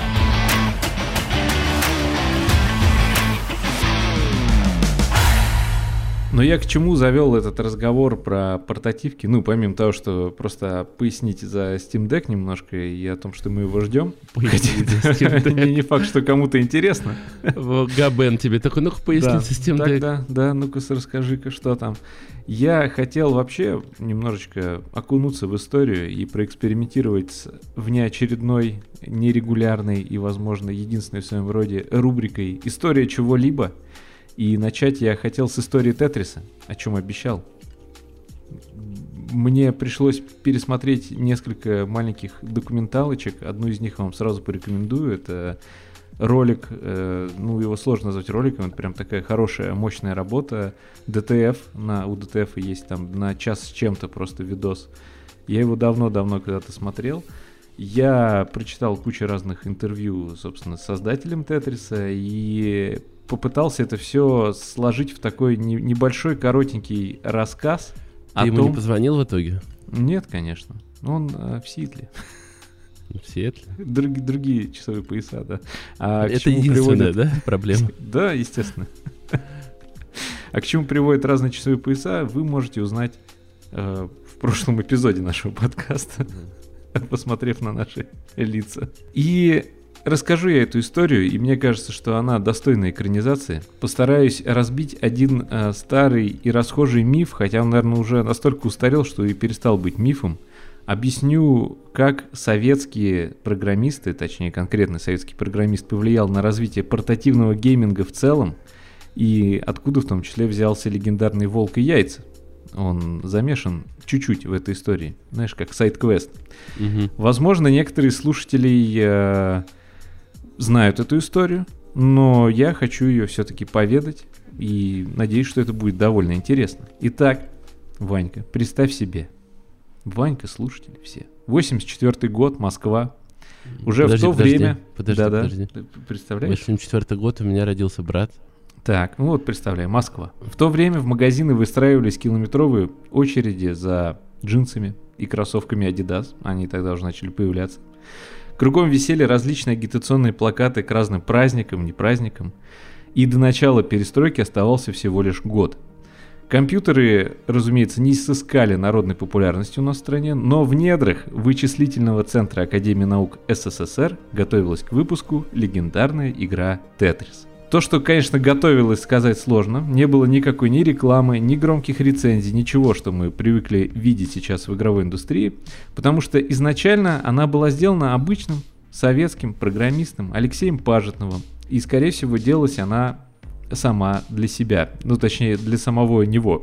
Но я к чему завел этот разговор про портативки? Ну, помимо того, что просто пояснить за Steam Deck немножко и о том, что мы его ждем. Не факт, что кому-то интересно. Габен тебе такой, ну-ка поясни за Steam Deck. Да, ну-ка расскажи-ка, что там. Я хотел вообще немножечко окунуться в историю и проэкспериментировать с внеочередной, нерегулярной и, возможно, единственной в своем роде рубрикой «История чего-либо». И начать я хотел с истории Тетриса, о чем обещал. Мне пришлось пересмотреть несколько маленьких документалочек. Одну из них вам сразу порекомендую. Это ролик, ну его сложно назвать роликом, это прям такая хорошая, мощная работа. DTF, у DTF есть там на час с чем-то просто видос. Я его давно-давно когда-то смотрел. Я прочитал кучу разных интервью, собственно, с создателем Тетриса и попытался это все сложить в такой небольшой, коротенький рассказ. Ты ему не позвонил в итоге? Нет, конечно. Он в Сиэтле. В Сиэтле? Другие часовые пояса, да. Это единственная, да, проблема? Да, естественно. А к чему приводят разные часовые пояса, вы можете узнать в прошлом эпизоде нашего подкаста, посмотрев на наши лица. И расскажу я эту историю, и мне кажется, что она достойна экранизации. Постараюсь разбить один старый и расхожий миф, хотя он, наверное, уже настолько устарел, что и перестал быть мифом. Объясню, как советские программисты, точнее конкретно советский программист, повлиял на развитие портативного гейминга в целом, и откуда в том числе взялся легендарный «Волк и яйца». Он замешан чуть-чуть в этой истории, знаешь, как сайд-квест. Возможно, некоторые слушатели знают эту историю, но я хочу ее все-таки поведать и надеюсь, что это будет довольно интересно. Итак, Ванька, представь себе. Ванька, слушатели все. 84-й год, Москва. Уже в то время... Подожди. Представляешь? 84-й год, у меня родился брат. Так, ну вот представляю, Москва. В то время в магазины выстраивались километровые очереди за джинсами и кроссовками Adidas. Они тогда уже начали появляться. Кругом висели различные агитационные плакаты к разным праздникам, не праздникам. И до начала перестройки оставался всего лишь год. Компьютеры, разумеется, не сыскали народной популярности у нас в стране, но в недрах вычислительного центра Академии наук СССР готовилась к выпуску легендарная игра «Тетрис». То, что, конечно, готовилось, сказать сложно. Не было никакой ни рекламы, ни громких рецензий, ничего, что мы привыкли видеть сейчас в игровой индустрии, потому что изначально она была сделана обычным советским программистом Алексеем Пажетновым, и, скорее всего, делалась она сама для себя, ну, точнее, для самого него.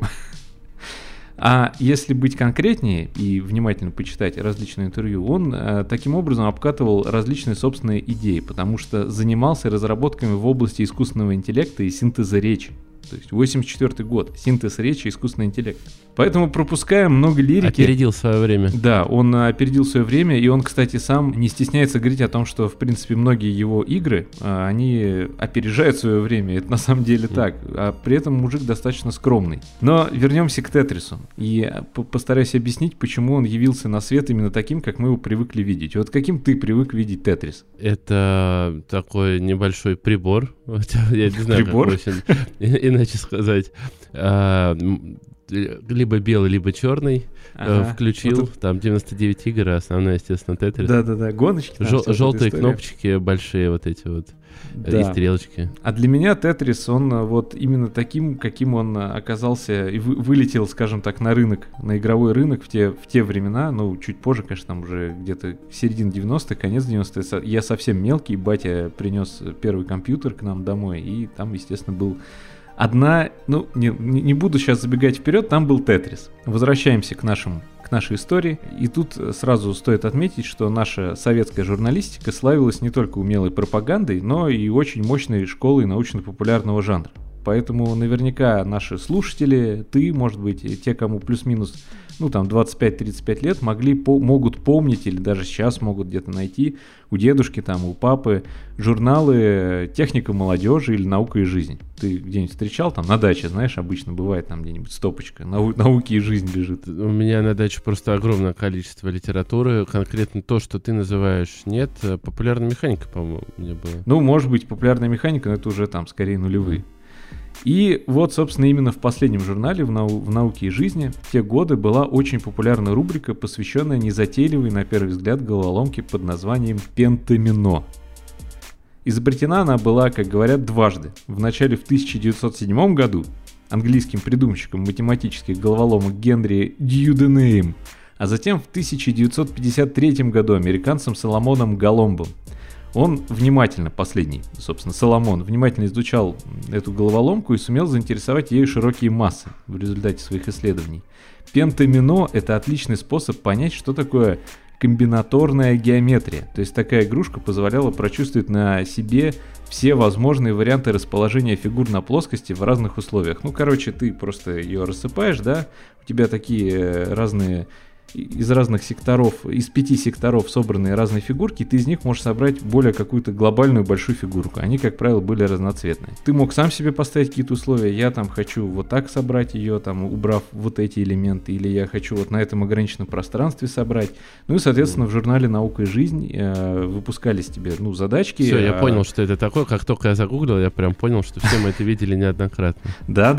А если быть конкретнее и внимательно почитать различные интервью, он таким образом обкатывал различные собственные идеи, потому что занимался разработками в области искусственного интеллекта и синтеза речи. То есть 84 год, синтез речи, искусственный интеллект. Поэтому пропускаем много лирики. Опередил свое время. Да, он опередил свое время, и он, кстати, сам не стесняется говорить о том, что, в принципе, многие его игры, они опережают свое время. Это на самом деле так. А при этом мужик достаточно скромный. Но вернемся к Тетрису. И постараюсь объяснить, почему он явился на свет именно таким, как мы его привыкли видеть. Вот каким ты привык видеть Тетрис? Это такой небольшой прибор. Я не знаю, прибор? Как иначе сказать. либо белый, либо черный, включил, там 99 игр, а основная, естественно, Тетрис. Да-да-да, гоночки. Желтые кнопочки большие вот эти вот. Да. И стрелочки. А для меня Тетрис, он вот именно таким, каким он оказался и вылетел, скажем так, на рынок, на игровой рынок в те времена, ну, чуть позже, конечно, там уже где-то середина 90-х, конец 90-х, я совсем мелкий, батя принес первый компьютер к нам домой, и там, естественно, был ну, не буду сейчас забегать вперед, там был Тетрис. Возвращаемся к нашей истории. И тут сразу стоит отметить, что наша советская журналистика славилась не только умелой пропагандой, но и очень мощной школой научно-популярного жанра. Поэтому наверняка наши слушатели, ты, может быть, те, кому плюс-минус, ну там 25-35 лет, могут помнить или даже сейчас могут где-то найти у дедушки, там, у папы журналы «Техника молодежи» или «Наука и жизнь». Ты где-нибудь встречал там на даче, знаешь, обычно бывает там где-нибудь стопочка «Науки и жизнь» лежит. У меня на даче просто огромное количество литературы, конкретно то, что ты называешь, нет, популярная механика, по-моему, мне было. Ну, может быть, популярная механика, но это уже там скорее нулевые. И вот, собственно, именно в последнем журнале в «Науке и жизни» в те годы была очень популярная рубрика, посвященная незатейливой, на первый взгляд, головоломке под названием «Пентамино». Изобретена она была, как говорят, дважды. Вначале в 1907 году английским придумщиком математических головоломок Генри Дьюденеем, а затем в 1953 году американцем Соломоном Голомбом. Он Соломон, внимательно изучал эту головоломку и сумел заинтересовать ею широкие массы в результате своих исследований. Пентамино — это отличный способ понять, что такое комбинаторная геометрия. То есть такая игрушка позволяла прочувствовать на себе все возможные варианты расположения фигур на плоскости в разных условиях. Ну, короче, ты просто ее рассыпаешь, да, у тебя такие разные... из разных секторов, из 5 секторов собранные разные фигурки, ты из них можешь собрать более какую-то глобальную большую фигурку. Они, как правило, были разноцветные. Ты мог сам себе поставить какие-то условия. Я там хочу вот так собрать ее, там, убрав вот эти элементы, или я хочу вот на этом ограниченном пространстве собрать. Ну и, соответственно, в журнале «Наука и жизнь» выпускались тебе, ну, задачки. Все, я понял, что это такое. Как только я загуглил, я прям понял, что все мы это видели неоднократно.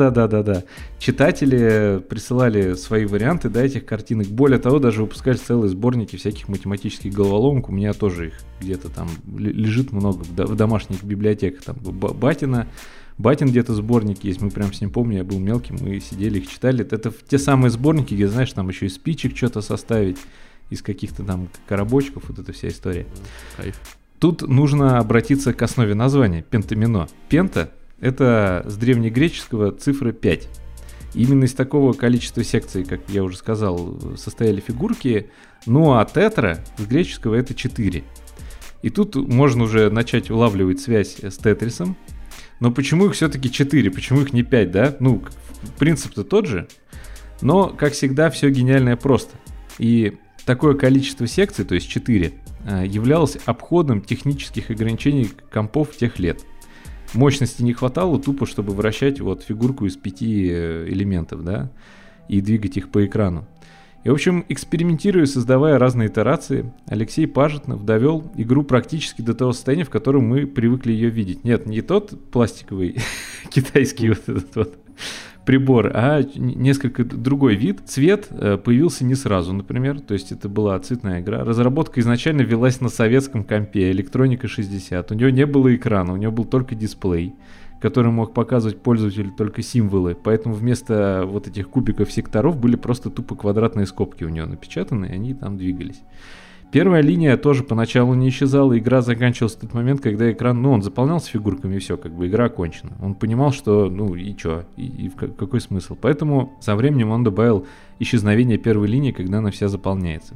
Да. Читатели присылали свои варианты, да, этих картинок. Более того, даже выпускали целые сборники всяких математических головоломок. У меня тоже их где-то там лежит много в домашних библиотеках. Там Батин где-то сборник есть. Мы прям с ним помню, я был мелким, мы сидели их читали. Это те самые сборники, где, знаешь, там еще из спичек что-то составить, из каких-то там коробочков, вот эта вся история. Кайф. Тут нужно обратиться к основе названия. Пентамино. Пента — это с древнегреческого цифра 5. Именно из такого количества секций, как я уже сказал, состояли фигурки. Ну а тетра с греческого — это 4. И тут можно уже начать улавливать связь с тетрисом. Но почему их все-таки 4? Почему их не 5, да? Ну, принцип-то тот же. Но, как всегда, все гениальное просто. И такое количество секций, то есть 4, являлось обходом технических ограничений компов тех лет. Мощности не хватало тупо, чтобы вращать вот фигурку из 5 элементов, да, и двигать их по экрану. И, в общем, экспериментируя, создавая разные итерации, Алексей Пажетнов довел игру практически до того состояния, в котором мы привыкли ее видеть. Нет, не тот пластиковый китайский вот этот вот прибор, а несколько другой вид. Цвет появился не сразу, например, то есть это была цветная игра. Разработка изначально велась на советском компе Электроника 60. У него не было экрана, у него был только дисплей, который мог показывать пользователю только символы. Поэтому вместо вот этих кубиков секторов были просто тупо квадратные скобки у него напечатаны, и они там двигались. Первая линия тоже поначалу не исчезала, игра заканчивалась в тот момент, когда экран, он заполнялся фигурками, и все, как бы игра окончена. Он понимал, что, и что, и какой смысл. Поэтому со временем он добавил исчезновение первой линии, когда она вся заполняется.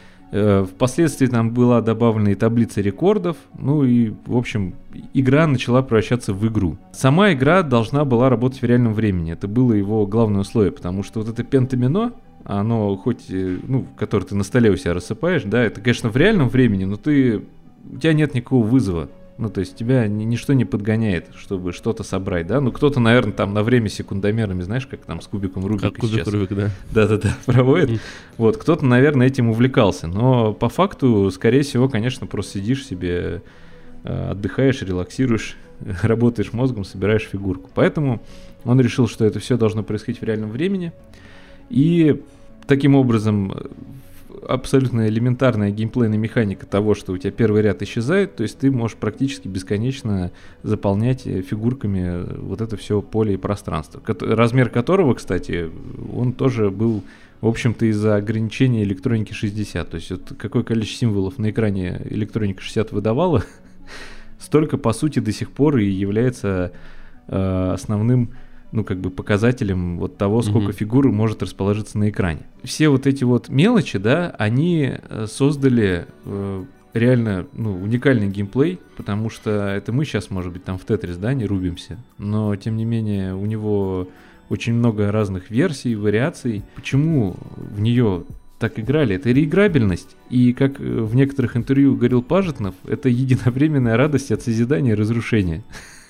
Впоследствии там была добавлена и таблица рекордов, и, в общем, игра начала превращаться в игру. Сама игра должна была работать в реальном времени, это было его главное условие, потому что вот это пентамино, оно хоть, которое ты на столе у себя рассыпаешь, да, это, конечно, в реальном времени, но у тебя нет никакого вызова. То есть тебя ничто не подгоняет, чтобы что-то собрать, да? Кто-то, наверное, там на время секундомерами, знаешь, как там с кубиком Рубика как кубик Рубик, да. Да-да-да, проводит. Вот, кто-то, наверное, этим увлекался. Но по факту, скорее всего, конечно, просто сидишь себе, отдыхаешь, релаксируешь, работаешь мозгом, собираешь фигурку. Поэтому он решил, что это все должно происходить в реальном времени. И таким образом абсолютно элементарная геймплейная механика того, что у тебя первый ряд исчезает, то есть ты можешь практически бесконечно заполнять фигурками вот это все поле и пространство. Размер которого, кстати, он тоже был, в общем-то, из-за ограничения электроники 60. То есть вот какое количество символов на экране электроника 60 выдавала, столько, по сути, до сих пор и является основным, ну, как бы показателем вот того, сколько фигур может расположиться на экране. Все вот эти вот мелочи, да, они создали реально, ну, уникальный геймплей, потому что это мы сейчас, может быть, там в Тетрис, да, не рубимся, но, тем не менее, у него очень много разных версий, вариаций. Почему в нее так играли? Это реиграбельность. И, как в некоторых интервью говорил Пажетнов, это единовременная радость от созидания и разрушения.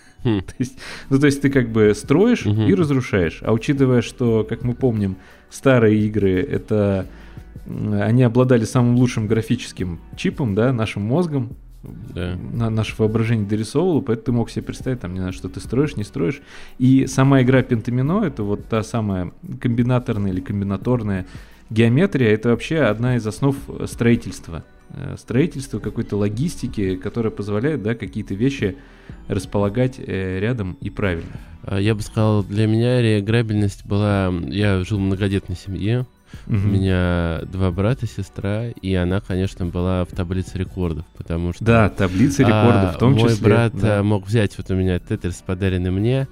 То есть ты как бы строишь и разрушаешь. А учитывая, что, как мы помним, старые игры, они обладали самым лучшим графическим чипом, да, нашим мозгом, наше воображение дорисовывало, поэтому ты мог себе представить, там, не знаю, что ты строишь, не строишь. И сама игра Пентамино, это вот та самая комбинаторная или комбинаторная геометрия, это вообще одна из основ строительства. Строительство какой-то логистики, которая позволяет, да, какие-то вещи располагать рядом и правильно. Я бы сказал, для меня реиграбельность была... Я жил в многодетной семье, у меня 2 брата и сестра, и она, конечно, была в таблице рекордов, потому что... Да, таблица рекордов в том числе. Мой брат мог взять вот у меня Тетрис, подаренный мне,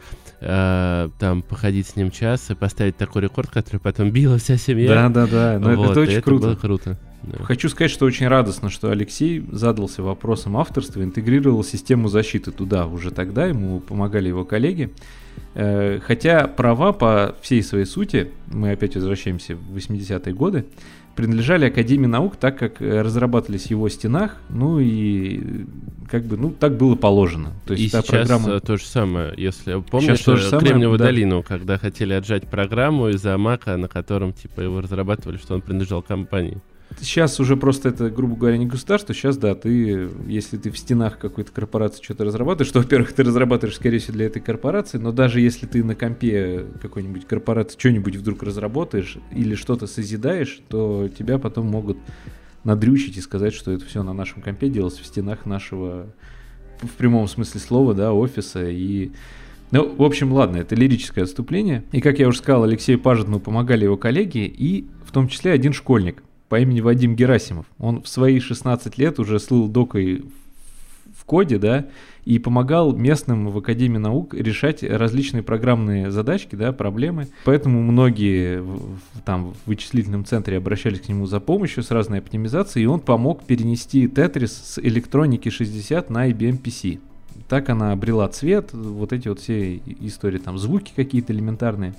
там походить с ним час и поставить такой рекорд, который потом била вся семья. Да, но вот, это очень круто. Было круто. Да. Хочу сказать, что очень радостно, что Алексей задался вопросом авторства, интегрировал систему защиты туда. Уже тогда ему помогали его коллеги. Хотя права по всей своей сути, мы опять возвращаемся в 80-е годы, принадлежали Академии наук, так как разрабатывались в его стенах, ну и как бы, ну, так было положено. То есть и сейчас программа... то же самое, если помнишь Кремниевую долину, когда хотели отжать программу из-за Мака, на котором типа его разрабатывали, что он принадлежал компании. Сейчас уже просто это, грубо говоря, не государство. Сейчас, да, если ты в стенах какой-то корпорации что-то разрабатываешь, то, во-первых, ты разрабатываешь, скорее всего, для этой корпорации, но даже если ты на компе какой-нибудь корпорации что-нибудь вдруг разработаешь или что-то созидаешь, то тебя потом могут надрючить и сказать, что это все на нашем компе делалось в стенах нашего, в прямом смысле слова, да, офиса. И... Ну, в общем, ладно, это лирическое отступление. И, как я уже сказал, Алексею Пажетнову помогали его коллеги, и в том числе один школьник по имени Вадим Герасимов. Он в свои 16 лет уже слыл докой в коде, да, и помогал местным в Академии наук решать различные программные задачки, да, проблемы. Поэтому многие там в вычислительном центре обращались к нему за помощью с разной оптимизацией, и он помог перенести Тетрис с электроники 60 на IBM PC. Так она обрела цвет, вот эти вот все истории, там звуки какие-то элементарные.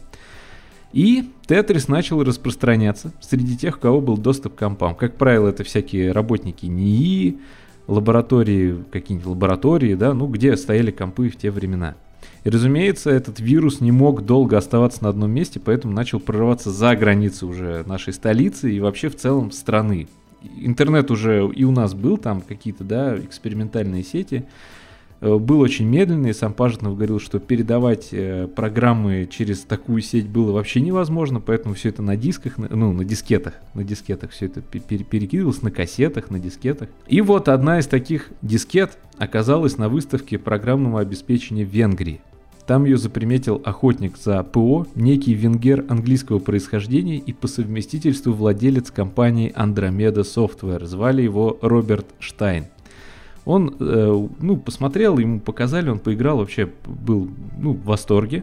И Тетрис начал распространяться среди тех, у кого был доступ к компам. Как правило, это всякие работники НИИ, лаборатории, какие-нибудь лаборатории, да, ну, где стояли компы в те времена. И, разумеется, этот вирус не мог долго оставаться на одном месте, поэтому начал прорываться за границы уже нашей столицы и вообще в целом страны. Интернет уже и у нас был, там какие-то, да, экспериментальные сети. Был очень медленный, сам Пажетнов говорил, что передавать программы через такую сеть было вообще невозможно, поэтому все это на дисках, ну, на дискетах все это перекидывалось, на кассетах, на дискетах. И вот одна из таких дискет оказалась на выставке программного обеспечения в Венгрии. Там ее заприметил охотник за ПО, некий венгер английского происхождения и по совместительству владелец компании Andromeda Software. Звали его Роберт Штайн. Он, посмотрел, ему показали, он поиграл, вообще был, в восторге.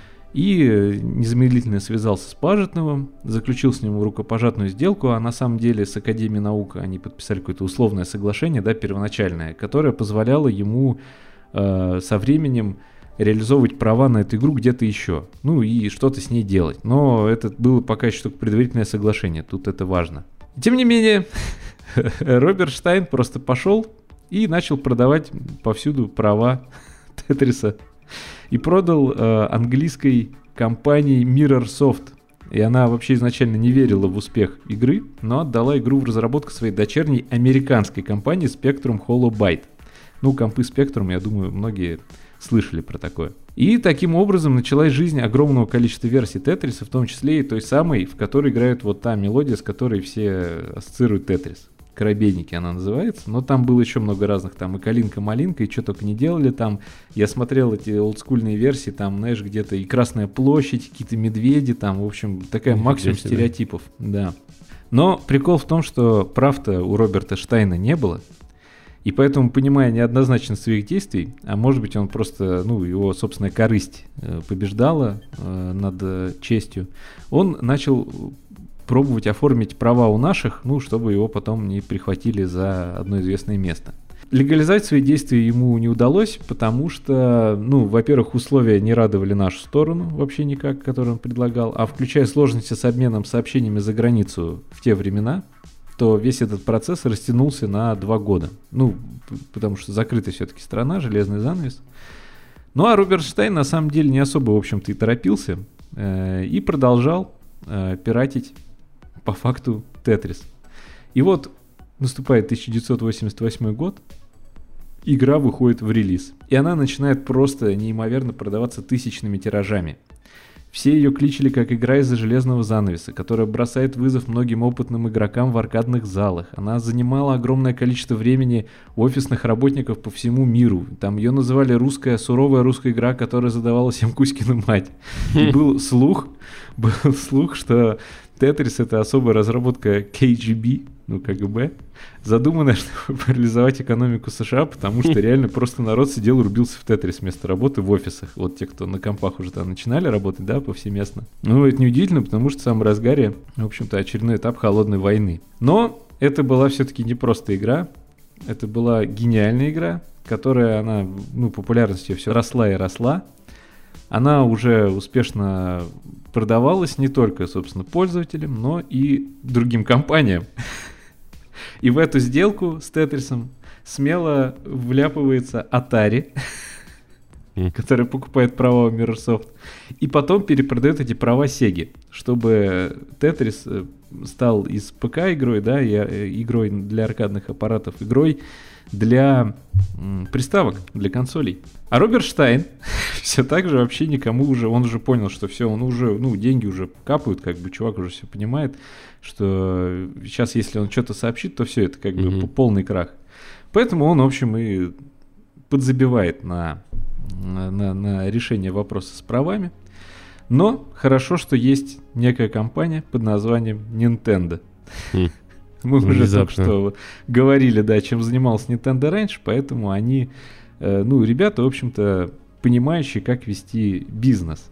И незамедлительно связался с Пажетновым, заключил с ним рукопожатную сделку, а на самом деле с Академией наук они подписали какое-то условное соглашение, да, первоначальное, которое позволяло ему со временем реализовывать права на эту игру где-то еще, ну и что-то с ней делать. Но это было пока еще только предварительное соглашение, тут это важно. Тем не менее, Роберт Штайн просто пошел и начал продавать повсюду права Тетриса. И продал английской компании Mirrorsoft. И она вообще изначально не верила в успех игры, но отдала игру в разработку своей дочерней американской компании Spectrum Holobyte. Ну, компы Spectrum, я думаю, многие слышали про такое. И таким образом началась жизнь огромного количества версий Тетриса, в том числе и той самой, в которой играет вот та мелодия, с которой все ассоциируют Тетрис. «Коробейники» она называется, но там было еще много разных, там и «Калинка-малинка», и что только не делали там. Я смотрел эти олдскульные версии, там, знаешь, где-то и «Красная площадь», какие-то медведи, там, в общем, такая максимум стереотипов, да. Но прикол в том, что прав-то у Роберта Штайна не было, и поэтому, понимая неоднозначность своих действий, а может быть он просто, его собственная корысть побеждала над честью, он начал пробовать оформить права у наших, чтобы его потом не прихватили за одно известное место. Легализовать свои действия ему не удалось, потому что, во-первых, условия не радовали нашу сторону вообще никак, которые он предлагал, а включая сложности с обменом сообщениями за границу в те времена, то весь этот процесс растянулся на 2 года. Потому что закрытая все-таки страна, железный занавес. Ну, а Роберт Штайн на самом деле не особо, в общем-то, и торопился, и продолжал пиратить по факту Тетрис. И вот наступает 1988 год, игра выходит в релиз, и она начинает просто неимоверно продаваться тысячными тиражами. Все ее кличили как игра из-за железного занавеса, которая бросает вызов многим опытным игрокам в аркадных залах. Она занимала огромное количество времени у офисных работников по всему миру. Там ее называли суровая русская игра, которая задавала всем Кузькину мать. И был слух, что Тетрис — это особая разработка КГБ, КГБ, задуманная, чтобы парализовать экономику США, потому что реально просто народ сидел и рубился в Тетрис вместо работы в офисах. Вот те, кто на компах уже там начинали работать, да, повсеместно. Это неудивительно, потому что в самом разгаре, в общем-то, очередной этап холодной войны. Но это была все-таки не просто игра, это была гениальная игра, которая, она, популярностью все росла и росла. Она уже успешно продавалась не только, собственно, пользователям, но и другим компаниям. И в эту сделку с Тетрисом смело вляпывается Atari, который покупает права у Microsoft, и потом перепродает эти права Sega, чтобы Тетрис стал из ПК игрой, да, и игрой для аркадных аппаратов, игрой для приставок, для консолей. А Роберт Штайн все так же вообще никому уже, он уже понял, что все, он уже, деньги уже капают, как бы чувак уже все понимает, что сейчас, если он что-то сообщит, то все, это как бы полный крах. Поэтому он, в общем, и подзабивает на решение вопроса с правами. Но хорошо, что есть некая компания под названием Nintendo. Мы уже только что говорили, да, чем занимался Nintendo раньше, поэтому они, ребята, в общем-то, понимающие, как вести бизнес.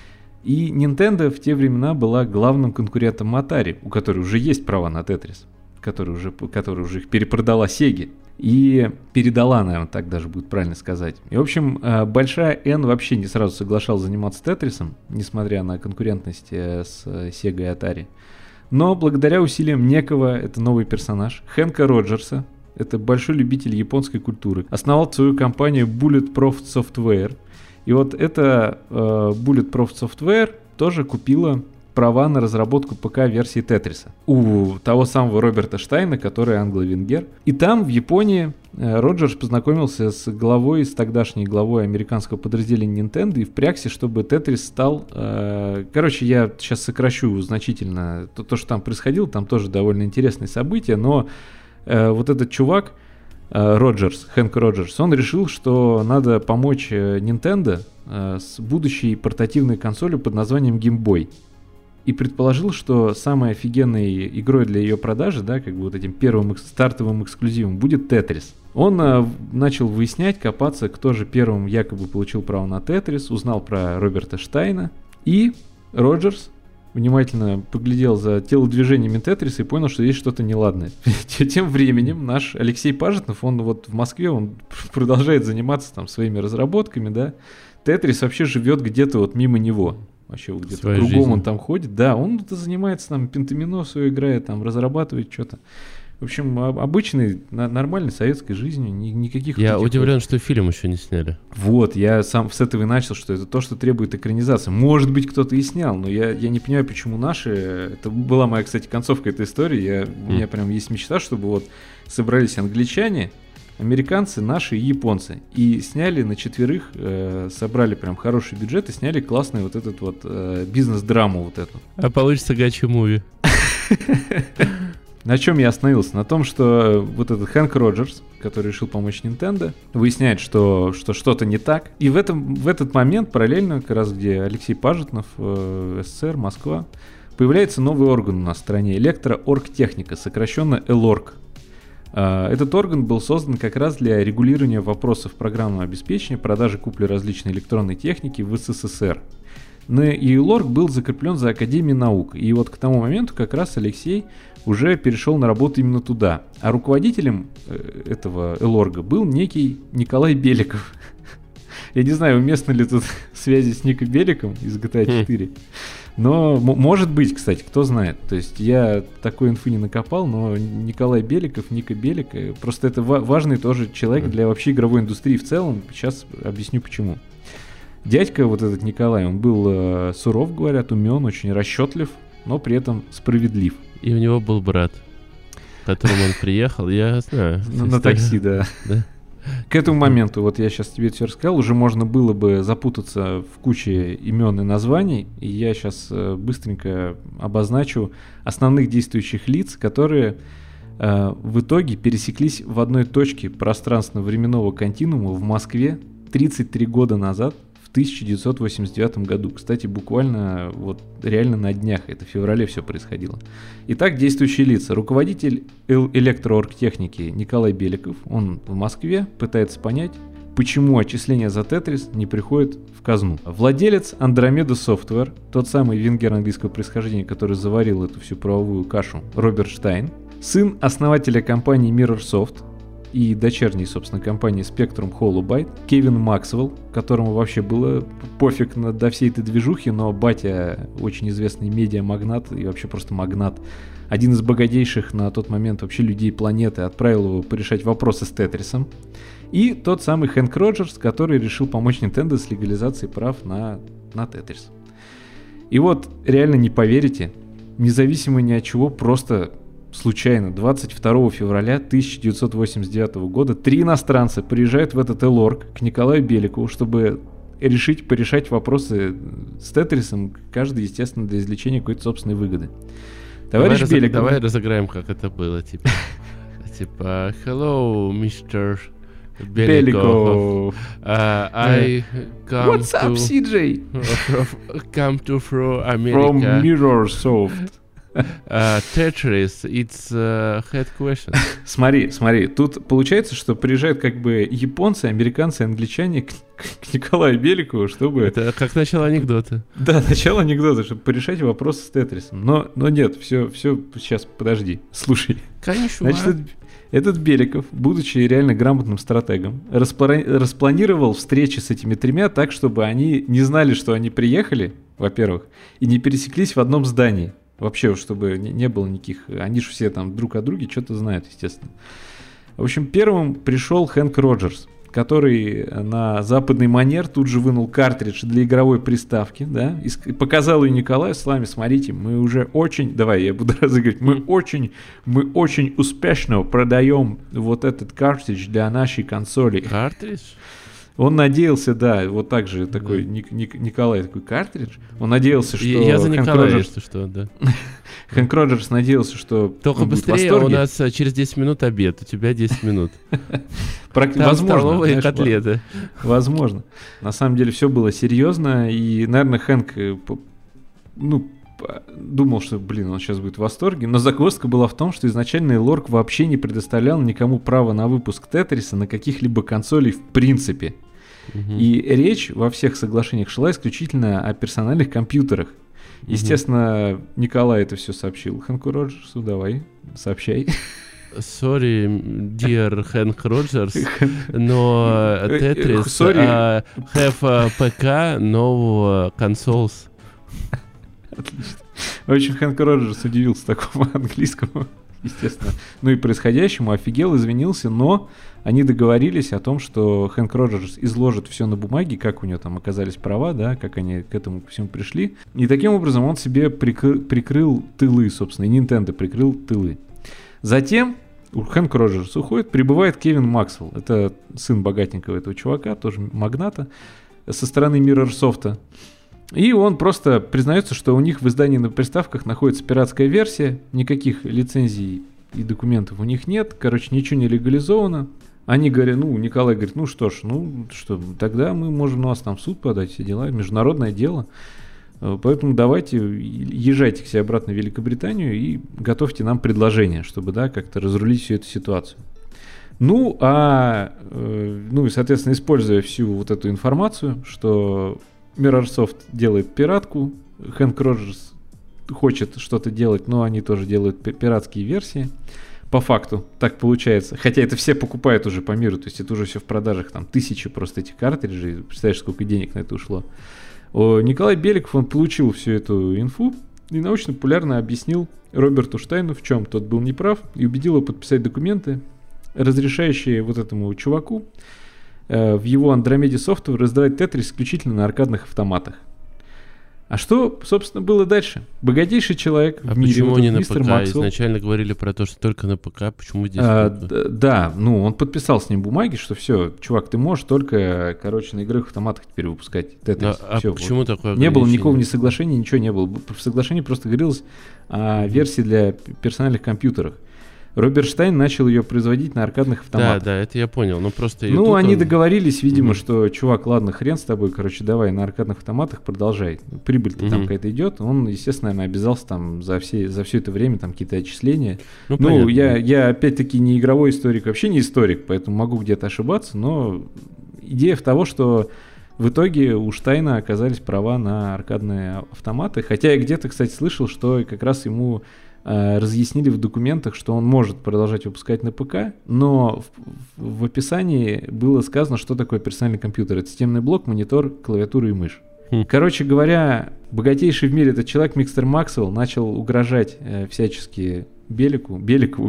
И Nintendo в те времена была главным конкурентом Atari, у которой уже есть права на Тетрис, которая уже их перепродала Sega. И передала, наверное, так даже будет правильно сказать. И, в общем, Большая N вообще не сразу соглашалась заниматься Тетрисом, несмотря на конкурентность с Sega и Atari. Но благодаря усилиям некого, это новый персонаж, Хэнка Роджерса, это большой любитель японской культуры, основал свою компанию Bulletproof Software. И вот эта Bulletproof Software тоже купила права на разработку ПК-версии Тетриса у того самого Роберта Штайна, который англо-венгер. И там, в Японии, Роджерс познакомился с тогдашней главой американского подразделения Nintendo и впрягся, чтобы Тетрис стал... Короче, я сейчас сокращу значительно то, что там происходило, там тоже довольно интересные события, но вот этот чувак, Хэнк Роджерс, он решил, что надо помочь Nintendo с будущей портативной консолью под названием Game Boy. И предположил, что самой офигенной игрой для ее продажи, да, как бы вот этим первым стартовым эксклюзивом, будет Тетрис. Он начал выяснять, копаться, кто же первым якобы получил право на Тетрис, узнал про Роберта Штайна. И Роджерс внимательно поглядел за телодвижениями Тетриса и понял, что есть что-то неладное. Тем временем наш Алексей Пажетнов, он вот в Москве, он продолжает заниматься там своими разработками, да. Тетрис вообще живет где-то вот мимо него. Вообще где-то кругом жизнь. Он там ходит. Да, он занимается там пентамино свою играет, там разрабатывает что-то. В общем, обычной, нормальной советской жизнью, никаких... Я удивлен, что фильм еще не сняли. Вот, я сам с этого и начал, что это то, что требует экранизации. Может быть, кто-то и снял, но я не понимаю, почему наши... Это была моя, кстати, концовка этой истории. У меня прям есть мечта, чтобы вот собрались англичане, американцы, наши и японцы. И сняли на четверых, собрали прям хороший бюджет и сняли классный вот этот вот бизнес-драму вот эту. А получится гачи-муви. На чем я остановился? На том, что вот этот Хэнк Роджерс, который решил помочь Nintendo, выясняет, что что-то не так. И в этот момент параллельно, как раз где Алексей Пажетнов, СССР, Москва, появляется новый орган у нас в стране — Электрооргтехника, сокращенно ЭЛОРГ. Этот орган был создан как раз для регулирования вопросов программного обеспечения, продажи, купли различной электронной техники в СССР. И ЭЛОРГ был закреплен за Академией наук. И вот к тому моменту как раз Алексей уже перешел на работу именно туда. А руководителем этого ЭЛОРГа был некий Николай Беликов. Я не знаю, уместны ли тут связи с Ником Беликом из GTA 4. Но может быть, кстати, кто знает. То есть я такой инфы не накопал, но Николай Беликов, Ника Белик, просто это важный тоже человек для вообще игровой индустрии в целом. Сейчас объясню почему. Дядька вот этот Николай, он был суров, говорят, умен, очень расчетлив, но при этом справедлив. И у него был брат, к которому он приехал, я знаю. На такси, да. К этому моменту, вот я сейчас тебе все рассказал, уже можно было бы запутаться в куче имен и названий, и я сейчас быстренько обозначу основных действующих лиц, которые в итоге пересеклись в одной точке пространственно-временного континуума в Москве 33 года назад, в 1989 году. Кстати, буквально вот реально на днях, это в феврале все происходило. Итак, действующие лица. Руководитель электрооргтехники Николай Беликов, он в Москве, пытается понять, почему отчисления за Тетрис не приходят в казну. Владелец Andromeda Software, тот самый венгер английского происхождения, который заварил эту всю правовую кашу, Роберт Штайн. Сын основателя компании Mirrorsoft и дочерней, собственно, компании Spectrum Holobyte, Кевин Максвелл, которому вообще было пофиг до всей этой движухи, но батя очень известный медиамагнат и вообще просто магнат, один из богатейших на тот момент вообще людей планеты, отправил его порешать вопросы с Тетрисом. И тот самый Хэнк Роджерс, который решил помочь Nintendo с легализацией прав на Тетрис. И вот, реально не поверите, независимо ни от чего, просто случайно 22 февраля 1989 года 3 иностранца приезжают в этот ЭЛОРГ к Николаю Беликову, чтобы порешать вопросы с Тетрисом, каждый, естественно, для извлечения какой-то собственной выгоды. Товарищ Беликов... Давай разыграем, как это было, типа hello, Mr. Беликов. I come What's up, CJ? Come to from America. From Mirrorsoft. Tetris, it's head question. Смотри, тут получается, что приезжают как бы японцы, американцы, англичане к Николаю Беликову, чтобы... Это как начало анекдота. Да, начало анекдота, чтобы порешать вопросы с Тетрисом. Но нет, все, сейчас, подожди, слушай. Конечно. Значит, этот Беликов, будучи реально грамотным стратегом, распланировал встречи с этими тремя так, чтобы они не знали, что они приехали, во-первых, и не пересеклись в одном здании. Вообще, чтобы не было никаких... Они же все там друг о друге что-то знают, естественно. В общем, первым пришел Хэнк Роджерс, который на западный манер тут же вынул картридж для игровой приставки, да, и показал ее Николаю с вами, смотрите, мы уже очень... Давай, я буду разыгрывать. Мы очень успешно продаем вот этот картридж для нашей консоли. Картридж? Он надеялся, да, вот так же такой Николай такой картридж. Он надеялся, что... Я за Николая, что, да. Хэнк Роджерс надеялся, что... Только быстрее, у нас через 10 минут обед, у тебя 10 минут. Возможно. Там котлеты. Возможно. На самом деле все было серьезно, и, наверное, Хэнк, думал, что, он сейчас будет в восторге, но загвоздка была в том, что изначально ЭЛОРГ вообще не предоставлял никому права на выпуск Тетриса на каких-либо консолей в принципе. И речь во всех соглашениях шла исключительно о персональных компьютерах. Естественно, Николай это все сообщил Хэнку Роджерсу. Давай, сообщай. Sorry, dear Hank Rogers, но Tetris have ПК, no consoles. Отлично. В общем, Хэнк Роджерс удивился такому английскому, естественно. Ну и происходящему, офигел, извинился, но они договорились о том, что Хэнк Роджерс изложит все на бумаге, как у него там оказались права, да, как они к этому всему пришли. И таким образом он себе прикрыл тылы, собственно, и Nintendo прикрыл тылы. Затем Хэнк Роджерс уходит, прибывает Кевин Максвелл. Это сын богатенького этого чувака, тоже магната, со стороны Mirrorsoft. И он просто признается, что у них в издании на приставках находится пиратская версия, никаких лицензий и документов у них нет, короче, ничего не легализовано. Они говорят, Николай говорит, тогда мы можем на вас там в суд подать, все дела, международное дело. Поэтому давайте езжайте к себе обратно в Великобританию и готовьте нам предложение, чтобы, как-то разрулить всю эту ситуацию. И, соответственно, используя всю вот эту информацию, что Mirrorsoft делает пиратку, Хэнк Роджерс хочет что-то делать, но они тоже делают пиратские версии. По факту так получается. Хотя это все покупают уже по миру, то есть это уже все в продажах, там тысячи просто этих картриджей. Представляешь, сколько денег на это ушло. Николай Беликов, он получил всю эту инфу и научно-популярно объяснил Роберту Штайну, в чем тот был неправ, и убедил его подписать документы, разрешающие вот этому чуваку в его Андромеде Software раздавать Тетрис исключительно на аркадных автоматах. А что, собственно, было дальше? Богатейший человек в мире. Почему не на мистер ПК? Максвелл. Изначально говорили про то, что только на ПК. Почему здесь? Он подписал с ним бумаги, что все, чувак, ты можешь только, на игровых автоматах теперь выпускать Тетрис. Почему такое Не было никакого соглашения, ничего не было. В соглашении просто говорилось о версии для персональных компьютеров. Роберт Штайн начал ее производить на аркадных автоматах. Да, это я понял. Но просто они договорились, видимо, что, чувак, ладно, хрен с тобой, давай на аркадных автоматах продолжай. Прибыль-то там какая-то идет. Он, естественно, наверное, обязался там за все это время там какие-то отчисления. Я опять-таки не игровой историк, вообще не историк, поэтому могу где-то ошибаться, но идея в том, что в итоге у Штайна оказались права на аркадные автоматы. Хотя я где-то, кстати, слышал, что как раз ему разъяснили в документах, что он может продолжать выпускать на ПК, но в описании было сказано, что такое персональный компьютер. Это системный блок, монитор, клавиатура и мышь. Короче говоря, богатейший в мире этот человек, мистер Максвелл, начал угрожать всячески Беликову,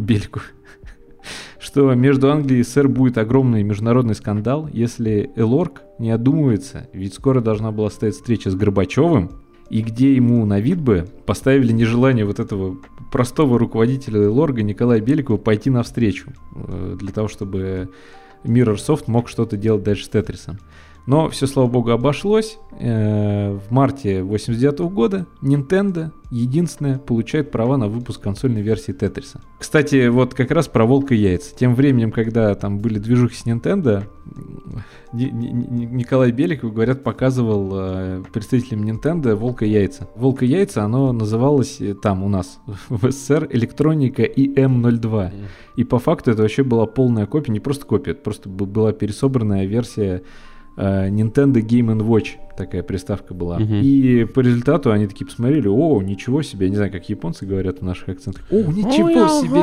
что между Англией и СССР будет огромный международный скандал, если Элорг не одумывается, ведь скоро должна была состояться встреча с Горбачевым, и где ему на вид бы поставили нежелание вот этого простого руководителя Элорга Николая Беликова пойти навстречу, для того, чтобы Mirrorsoft мог что-то делать дальше с Тетрисом. Но все, слава богу, обошлось. В марте 1989 года Nintendo единственная получает права на выпуск консольной версии Тетриса. Кстати, вот как раз про волка и яйца. Тем временем, когда там были движухи с Nintendo, Николай Беликов, говорят, показывал представителям Nintendo волка и яйца. Волк и яйца, оно называлось там у нас в СССР электроника ИМ-02. И по факту это вообще была полная копия, не просто копия, это просто была пересобранная версия Nintendo Game & Watch, такая приставка была. И по результату они такие посмотрели, ничего себе, я не знаю, как японцы говорят в наших акцентах. Ничего себе!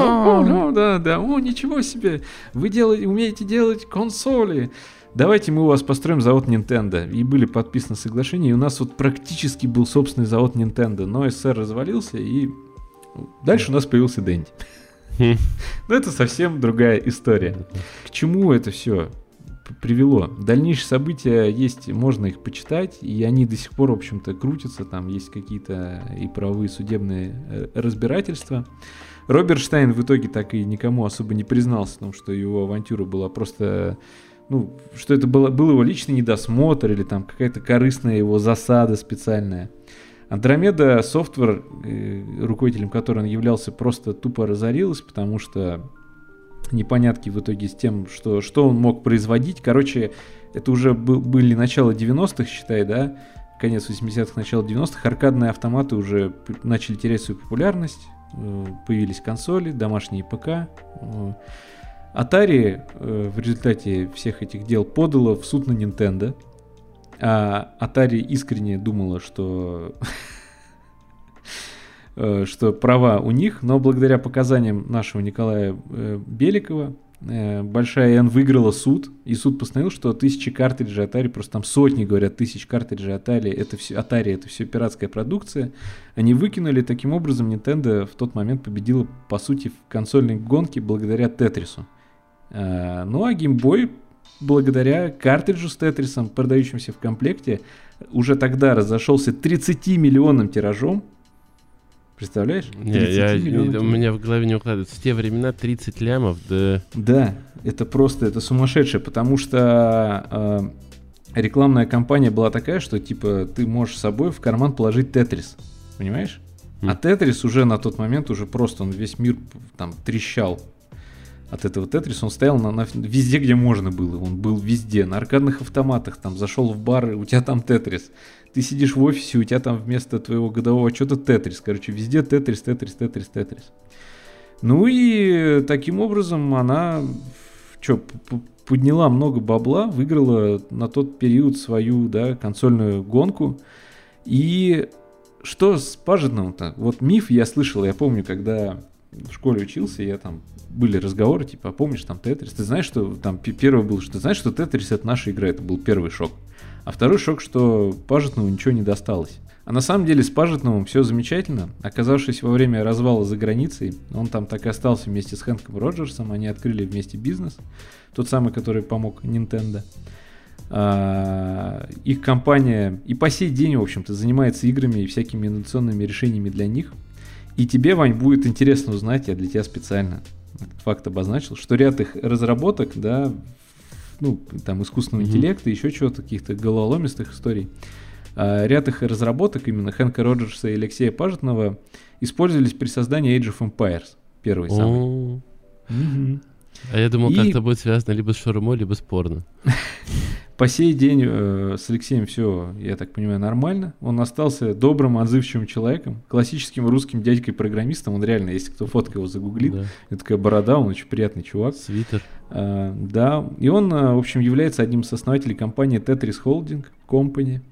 Ничего себе! Вы умеете делать консоли! Давайте мы у вас построим завод Nintendo. И были подписаны соглашения, и у нас вот практически был собственный завод Nintendo, но СССР развалился, и дальше у нас появился Денди. Но это совсем другая история. К чему это все привело? Дальнейшие события есть, можно их почитать, и они до сих пор, в общем-то, крутятся, там есть какие-то и правовые судебные разбирательства. Роберт Штайн в итоге так и никому особо не признался в том, что его авантюра была просто, что это был его личный недосмотр или там какая-то корыстная его засада специальная. Андромеда Software, руководителем которой он являлся, просто тупо разорилась, потому что непонятки в итоге с тем, что он мог производить. Короче, это уже были начало 90-х, считай, да, конец 80-х, начало 90-х. Аркадные автоматы уже начали терять свою популярность, появились консоли, домашние ПК. Atari в результате всех этих дел подала в суд на Nintendo. А Atari искренне думала, что права у них, но благодаря показаниям нашего Николая Беликова Большая N выиграла суд, и суд постановил, что 1000 картриджей Atari, просто там сотни, говорят, 1000 картриджей Atari, это все пиратская продукция. Они выкинули, таким образом Nintendo в тот момент победила, по сути, в консольной гонке благодаря Тетрису. Ну а Game Boy, благодаря картриджу с Тетрисом, продающимся в комплекте, уже тогда разошелся 30-миллионным тиражом. Представляешь? У меня в голове не укладывается. В те времена 30 лямов, да... Да, это просто, это сумасшедшее, потому что рекламная кампания была такая, что типа ты можешь с собой в карман положить Тетрис, понимаешь? А Тетрис уже на тот момент уже просто, он весь мир там трещал от этого Тетриса. Он стоял везде, где можно было. Он был везде, на аркадных автоматах, там зашел в бар, у тебя там Тетрис. Ты сидишь в офисе, у тебя там вместо твоего годового отчета Тетрис. Короче, везде Тетрис. Ну и таким образом она подняла много бабла, выиграла на тот период свою, да, консольную гонку. И что с Пажетновым-то? Вот миф я слышал, я помню, когда в школе учился, я там были разговоры, типа, а помнишь там Тетрис? Ты знаешь, что там первый был, что ты знаешь, что Тетрис это наша игра, это был первый шок. А второй шок, что Пажетнову ничего не досталось. А на самом деле с Пажетновым все замечательно. Оказавшись во время развала за границей, он там так и остался вместе с Хэнком Роджерсом, они открыли вместе бизнес, тот самый, который помог Nintendo. Их компания и по сей день, в общем-то, занимается играми и всякими инновационными решениями для них. И тебе, Вань, будет интересно узнать, я для тебя специально этот факт обозначил, что ряд их разработок, да, ну, там, искусственного интеллекта, еще чего-то, каких-то головоломистых историй, ряд их разработок, именно Хэнка Роджерса и Алексея Пажетнова, использовались при создании Age of Empires, первый самый. А я думал, как-то будет связано либо с шаурмой, либо с порно. По сей день с Алексеем все, я так понимаю, нормально. Он остался добрым, отзывчивым человеком, классическим русским дядькой-программистом. Он реально, если кто фотка его загуглит, да. Это такая борода, он очень приятный чувак. Свитер. Да, и он, в общем, является одним из основателей компании Tetris Holding Company.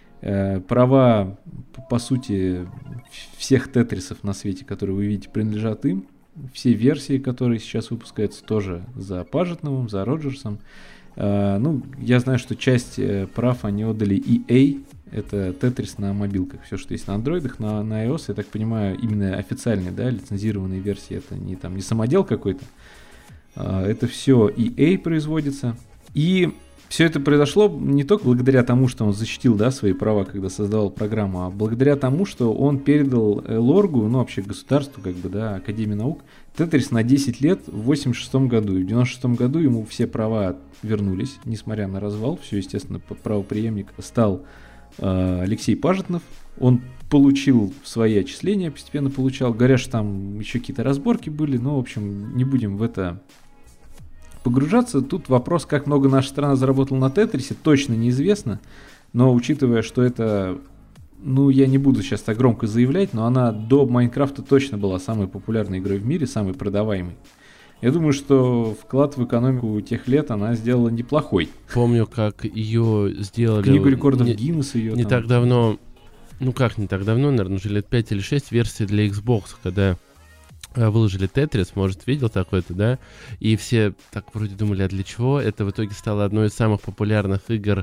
Права, по сути, всех тетрисов на свете, которые вы видите, принадлежат им. Все версии, которые сейчас выпускаются, тоже за Пажетновым, за Роджерсом. Ну, я знаю, что часть прав они отдали EA, это Тетрис на мобилках. Все, что есть на андроидах, на iOS, я так понимаю, именно официальные, да, лицензированные версии, это не самодел какой-то. Это все EA производится. И все это произошло не только благодаря тому, что он защитил, да, свои права, когда создавал программу, а благодаря тому, что он передал Лоргу, ну, вообще государству, как бы, да, Академии наук, Тетрис на 10 лет в 86 году. И в 96 году ему все права вернулись, несмотря на развал. Все, естественно, правопреемник стал Алексей Пажетнов. Он получил свои отчисления, постепенно получал. Говорят, что там еще какие-то разборки были, но, в общем, не будем в это погружаться. Тут вопрос, как много наша страна заработала на Тетрисе, точно неизвестно. Но учитывая, что это... Ну, я не буду сейчас так громко заявлять, но она до Майнкрафта точно была самой популярной игрой в мире, самой продаваемой. Я думаю, что вклад в экономику тех лет она сделала неплохой. Помню, как ее сделали... Книгу рекордов Гиннесса ее не там... так давно, ну как не так давно, наверное, уже лет 5 или 6 версии для Xbox, когда выложили Тетрис, может, видел такой-то, да? И все так вроде думали, а для чего? Это в итоге стало одной из самых популярных игр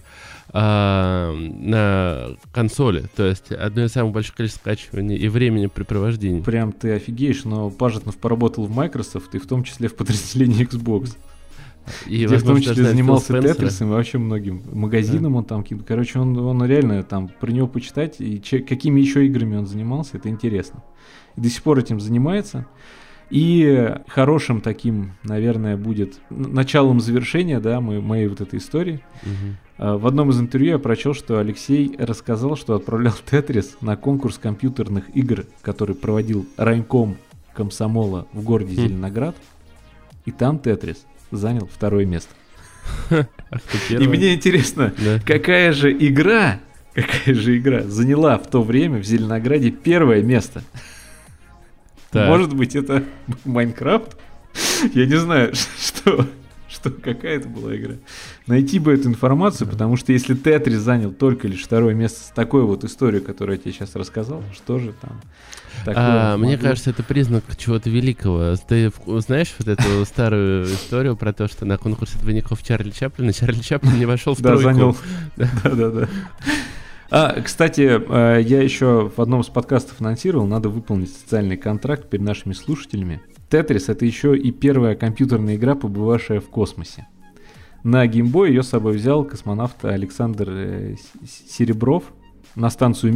на консоли. То есть одно из самых больших количеств скачиваний и времяпрепровождений. Прям ты офигеешь, но Пажетнов поработал в Microsoft и в том числе в подразделении Xbox. И где в том числе занимался Тетрисом и вообще многим магазином он там, короче, он реально там про него почитать и какими еще играми он занимался, это интересно. И до сих пор этим занимается. И хорошим таким, наверное, будет началом завершения, да, моей вот этой истории. В одном из интервью я прочел, что Алексей рассказал, что отправлял Тетрис на конкурс компьютерных игр, который проводил райком комсомола в городе Зеленоград. И там Тетрис занял 2-е место. И мне интересно, какая же игра заняла в то время в Зеленограде 1-е место? Так. Может быть, это Майнкрафт? Я не знаю, какая это была игра. Найти бы эту информацию, потому что если Тетрис занял только лишь 2-е место с такой вот историей, которую я тебе сейчас рассказал, что же там? Мне кажется, это признак чего-то великого. Ты знаешь вот эту старую историю про то, что на конкурсе двойников Чарли Чаплин не вошел в тройку? Да, занял. Кстати, я еще в одном из подкастов анонсировал, надо выполнить социальный контракт перед нашими слушателями. Тетрис — это еще и первая компьютерная игра, побывавшая в космосе. На геймбой ее с собой взял космонавт Александр Серебров на станцию «Мир».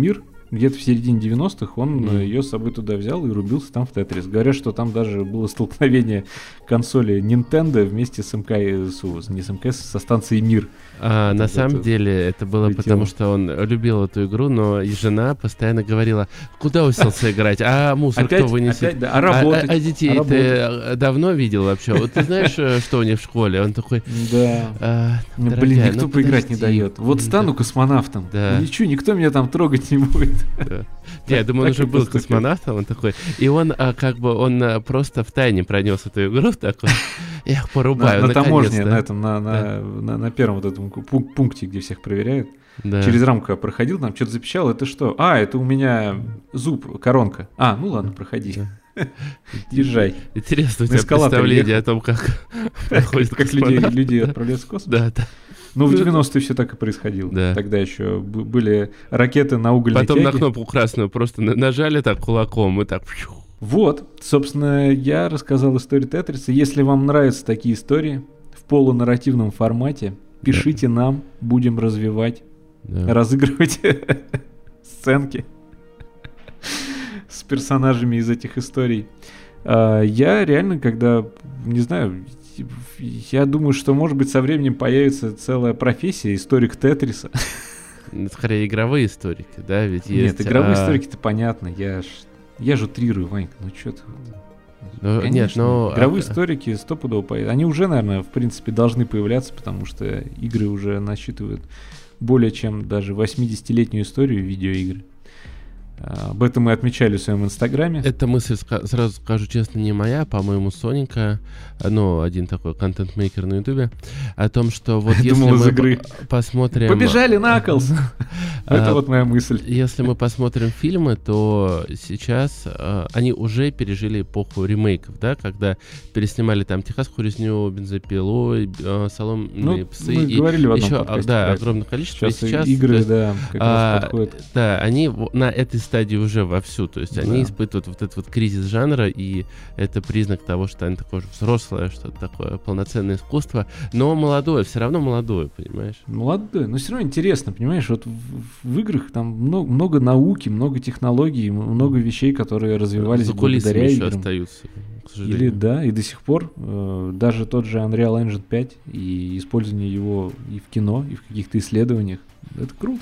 где-то в середине 90-х он ее с собой туда взял и рубился там в Тетрис. Говорят, что там даже было столкновение консоли Nintendo вместе с МКС, не с МКС, со станцией Мир. На самом деле это было летело. потому, что он любил эту игру, но и жена постоянно говорила, куда уселся играть, а мусор кто вынесет? Опять, да, работать. А детей ты давно видел вообще? Вот ты знаешь, что у них в школе? Он такой... Да. Дорогая, Блин, никто ну поиграть не подожди. дает. Вот стану космонавтом. Да. Ничего, никто меня там трогать не будет. Да. Я думаю, он Так уже и был поступил. космонавтом, он такой. И он он просто в тайне пронес эту игру такой. Я их порубаю, На таможне, наконец-то. на первом вот этом пункте, где всех проверяют. Да. Через рамку я проходил, там что-то запечатал. Это что? Это у меня зуб, коронка. Ну ладно, проходи. Езжай. Интересно, у На тебя эскалаторе представление ехал. о том, как проходит Как космонавт. люди отправляются в космос. Да, да. Ну, в 90-е все так и происходило. Да. Тогда еще были ракеты на угольной Потом на тяге. кнопку красную просто нажали так кулаком и так... Вот, собственно, я рассказал историю Тетриса. Если вам нравятся такие истории в полунарративном формате, пишите нам, будем развивать, Да. разыгрывать сценки с персонажами из этих историй. Я реально, когда, не знаю, я думаю, что, может быть, со временем появится целая профессия историк Тетриса. Скорее игровые историки, да, ведь есть... Нет, игровые историки-то понятно, я же утрирую, Ванька, ну что ты... Ну, Конечно, нет, но... игровые историки стопудово появятся. Они уже, наверное, в принципе, должны появляться, потому что игры уже насчитывают более чем даже 80-летнюю историю видеоигр. Об этом мы отмечали в своем инстаграме. Эта мысль, сразу скажу честно, не моя, по-моему, Соника, один такой контент-мейкер на ютубе, о том, что вот если Думал, из мы игры. посмотрим... Побежали на Наклз! Это вот моя мысль. Если мы посмотрим фильмы, то сейчас они уже пережили эпоху ремейков, да, когда переснимали там «Техасскую резню», «Бензопилу», «Соломенные псы». Мы говорили в одном еще, подкасте, да, кстати. огромное количество. Сейчас И игры, то есть, да, как раз подходят. Да, они на этой стадии уже вовсю, то есть они Да. испытывают вот этот вот кризис жанра, и это признак того, что они такое же взрослое, что-то такое полноценное искусство, но молодое, все равно молодое, понимаешь? Молодой, но все равно интересно, понимаешь, вот в играх там много науки, много технологий, много вещей, которые развивались За кулисами благодаря еще играм. остаются, к Или сожалению. да, и до сих пор даже тот же Unreal Engine 5 и использование его и в кино, и в каких-то исследованиях, это круто.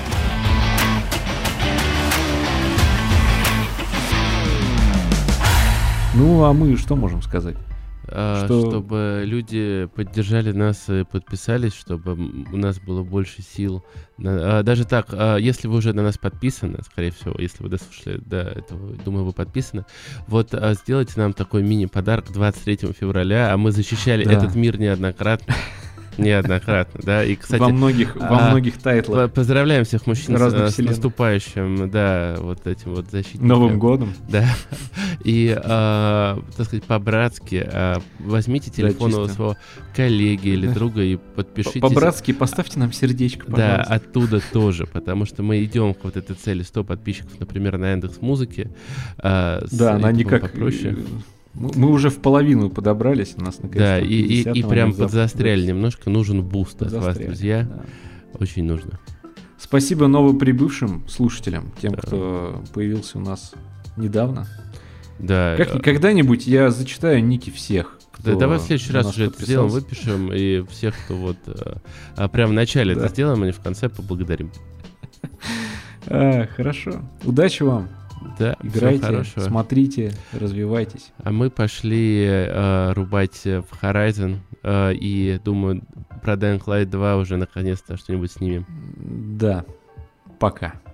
Ну, а мы что можем сказать? Что- Чтобы люди поддержали нас и подписались, чтобы у нас было больше сил. Даже так, если вы уже на нас подписаны, скорее всего, если вы дослушали до этого, думаю, вы подписаны, вот сделайте нам такой мини-подарок 23 февраля, а мы защищали Да. этот мир неоднократно. Неоднократно, да. И, кстати, во многих тайтлах. поздравляем всех мужчин Разных с вселенных. наступающим, да, вот этим вот защитником. Новым годом. Да. И, так сказать, по-братски возьмите телефон у чисто. своего коллеги или друга и подпишитесь. По-братски поставьте нам сердечко, Да, пожалуйста. оттуда тоже, потому что мы идем к вот этой цели 100 подписчиков, например, на Яндекс.Музыке. Да, она никак... попроще. Мы уже в половину подобрались, у нас наконец-то. Да, и 50-го прям мы завтра- подзастряли немножко, нужен буст от вас, Застряли, друзья. да. Очень нужно. Спасибо новоприбывшим слушателям, тем, Да. кто появился у нас недавно. Да. Когда-нибудь я зачитаю ники всех, кто Да, давай в следующий на раз нас уже это сделаем, подписался. выпишем, и всех, кто вот прям в начале Да. это сделаем, и в конце поблагодарим. Хорошо. Удачи вам. Да, всего Играйте, хорошего. смотрите, развивайтесь. А мы пошли рубать в Horizon, и думаю, про Dying Light 2 уже наконец-то что-нибудь снимем. Да. Пока.